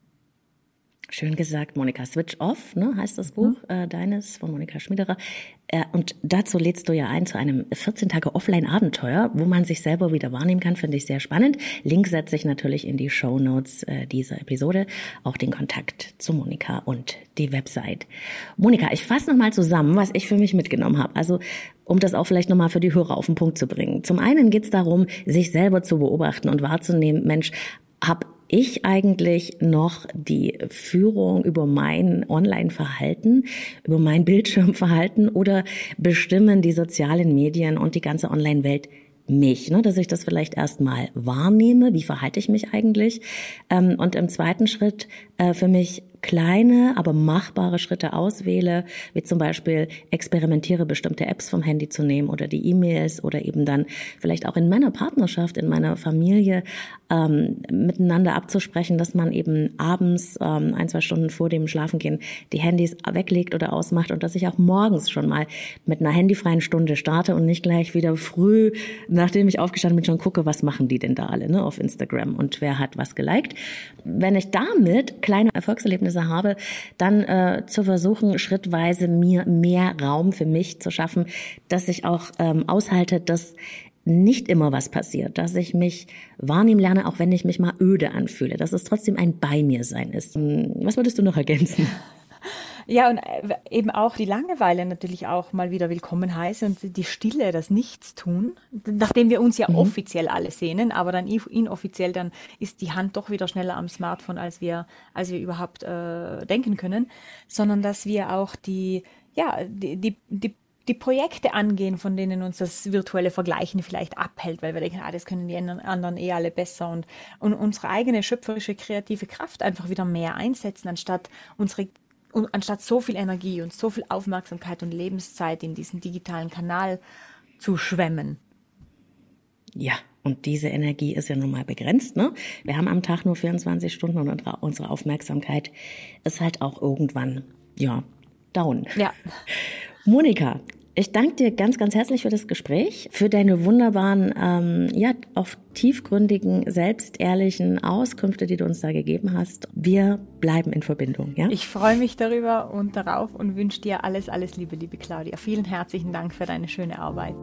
Schön gesagt, Monika. Switch Off, ne, heißt das Buch deines von Monika Schmiederer. Und dazu lädst du ja ein zu einem 14-Tage-Offline-Abenteuer, wo man sich selber wieder wahrnehmen kann, finde ich sehr spannend. Link setze ich natürlich in die Shownotes dieser Episode, auch den Kontakt zu Monika und die Website. Monika, ich fasse nochmal zusammen, was ich für mich mitgenommen habe. Also um das auch vielleicht nochmal für die Hörer auf den Punkt zu bringen. Zum einen geht es darum, sich selber zu beobachten und wahrzunehmen, Mensch, habe ich eigentlich noch die Führung über mein Online-Verhalten, über mein Bildschirmverhalten oder bestimmen die sozialen Medien und die ganze Online-Welt mich, ne, dass ich das vielleicht erstmal wahrnehme, wie verhalte ich mich eigentlich, und im zweiten Schritt für mich kleine, aber machbare Schritte auswähle, wie zum Beispiel experimentiere, bestimmte Apps vom Handy zu nehmen oder die E-Mails oder eben dann vielleicht auch in meiner Partnerschaft, in meiner Familie miteinander abzusprechen, dass man eben abends 1-2 Stunden vor dem Schlafengehen die Handys weglegt oder ausmacht und dass ich auch morgens schon mal mit einer handyfreien Stunde starte und nicht gleich wieder früh, nachdem ich aufgestanden bin, schon gucke, was machen die denn da alle, ne, auf Instagram und wer hat was geliked. Wenn ich damit kleine Erfolgserlebnisse habe, dann zu versuchen, schrittweise mir mehr Raum für mich zu schaffen, dass ich auch aushalte, dass nicht immer was passiert, dass ich mich wahrnehmen lerne, auch wenn ich mich mal öde anfühle, dass es trotzdem ein Bei mir sein ist. Was würdest du noch ergänzen? Ja, und eben auch die Langeweile natürlich auch mal wieder willkommen heißen und die Stille, das Nichtstun, nachdem wir uns ja offiziell alle sehnen, aber dann inoffiziell, dann ist die Hand doch wieder schneller am Smartphone, als wir überhaupt denken können, sondern dass wir auch die Projekte angehen, von denen uns das virtuelle Vergleichen vielleicht abhält, weil wir denken, das können die anderen alle besser und unsere eigene schöpferische, kreative Kraft einfach wieder mehr einsetzen, anstatt so viel Energie und so viel Aufmerksamkeit und Lebenszeit in diesen digitalen Kanal zu schwemmen. Ja, und diese Energie ist ja nun mal begrenzt, ne? Wir haben am Tag nur 24 Stunden und unsere Aufmerksamkeit ist halt auch irgendwann, down. Ja. Monika, ich danke dir ganz, ganz herzlich für das Gespräch, für deine wunderbaren, auch tiefgründigen, selbstehrlichen Auskünfte, die du uns da gegeben hast. Wir bleiben in Verbindung, ja? Ich freue mich darüber und darauf und wünsche dir alles, alles Liebe, liebe Claudia. Vielen herzlichen Dank für deine schöne Arbeit.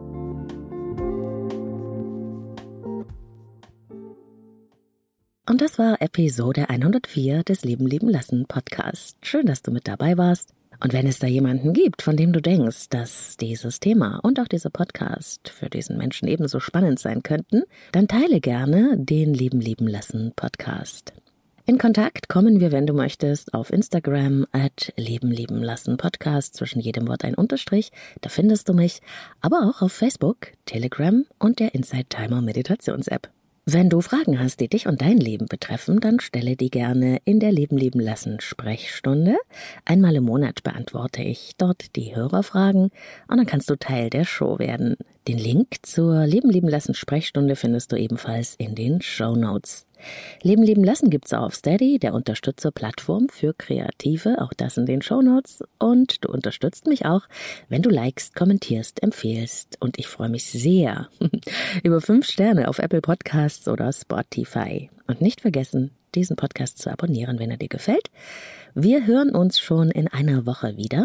Und das war Episode 104 des Leben leben lassen Podcast. Schön, dass du mit dabei warst. Und wenn es da jemanden gibt, von dem du denkst, dass dieses Thema und auch dieser Podcast für diesen Menschen ebenso spannend sein könnten, dann teile gerne den Leben leben lassen Podcast. In Kontakt kommen wir, wenn du möchtest, auf Instagram @Leben leben lassen Podcast, zwischen jedem Wort ein Unterstrich, da findest du mich, aber auch auf Facebook, Telegram und der Insight Timer Meditations-App. Wenn du Fragen hast, die dich und dein Leben betreffen, dann stelle die gerne in der Leben leben lassen Sprechstunde. Einmal im Monat beantworte ich dort die Hörerfragen und dann kannst du Teil der Show werden. Den Link zur Leben leben lassen Sprechstunde findest du ebenfalls in den Shownotes. Leben leben lassen gibt's auf Steady, der Unterstützerplattform für Kreative, auch das in den Shownotes. Und du unterstützt mich auch, wenn du likest, kommentierst, empfehlst. Und ich freue mich sehr über 5 Sterne auf Apple Podcasts oder Spotify. Und nicht vergessen, diesen Podcast zu abonnieren, wenn er dir gefällt. Wir hören uns schon in einer Woche wieder.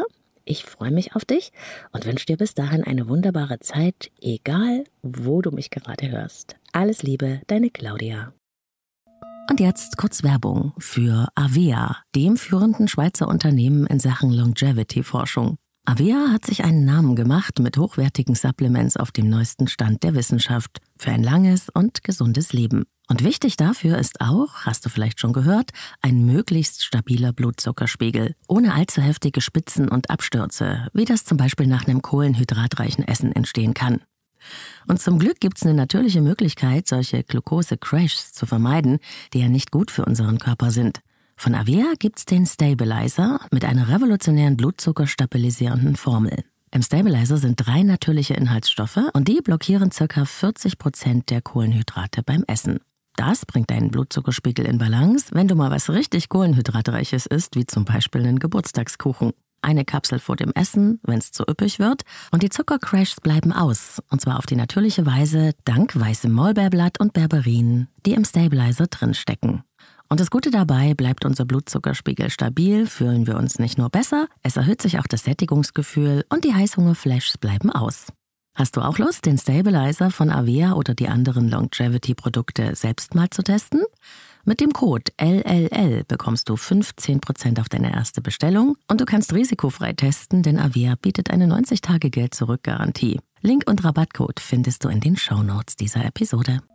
Ich freue mich auf dich und wünsche dir bis dahin eine wunderbare Zeit, egal wo du mich gerade hörst. Alles Liebe, deine Claudia. Und jetzt kurz Werbung für Avea, dem führenden Schweizer Unternehmen in Sachen Longevity-Forschung. Avea hat sich einen Namen gemacht mit hochwertigen Supplements auf dem neuesten Stand der Wissenschaft für ein langes und gesundes Leben. Und wichtig dafür ist auch, hast du vielleicht schon gehört, ein möglichst stabiler Blutzuckerspiegel, ohne allzu heftige Spitzen und Abstürze, wie das zum Beispiel nach einem kohlenhydratreichen Essen entstehen kann. Und zum Glück gibt's eine natürliche Möglichkeit, solche Glucose-Crashs zu vermeiden, die ja nicht gut für unseren Körper sind. Von Avea gibt's den Stabilizer mit einer revolutionären blutzuckerstabilisierenden Formel. Im Stabilizer sind 3 natürliche Inhaltsstoffe und die blockieren ca. 40% der Kohlenhydrate beim Essen. Das bringt deinen Blutzuckerspiegel in Balance, wenn du mal was richtig Kohlenhydratreiches isst, wie zum Beispiel einen Geburtstagskuchen. Eine Kapsel vor dem Essen, wenn es zu üppig wird, und die Zuckercrashs bleiben aus. Und zwar auf die natürliche Weise dank weißem Maulbeerblatt und Berberin, die im Stabilizer drinstecken. Und das Gute dabei, bleibt unser Blutzuckerspiegel stabil, fühlen wir uns nicht nur besser, es erhöht sich auch das Sättigungsgefühl und die Heißhungerflashs bleiben aus. Hast du auch Lust, den Stabilizer von Avea oder die anderen Longevity-Produkte selbst mal zu testen? Mit dem Code LLL bekommst du 15% auf deine erste Bestellung und du kannst risikofrei testen, denn Avea bietet eine 90-Tage-Geld-Zurück-Garantie. Link und Rabattcode findest du in den Shownotes dieser Episode.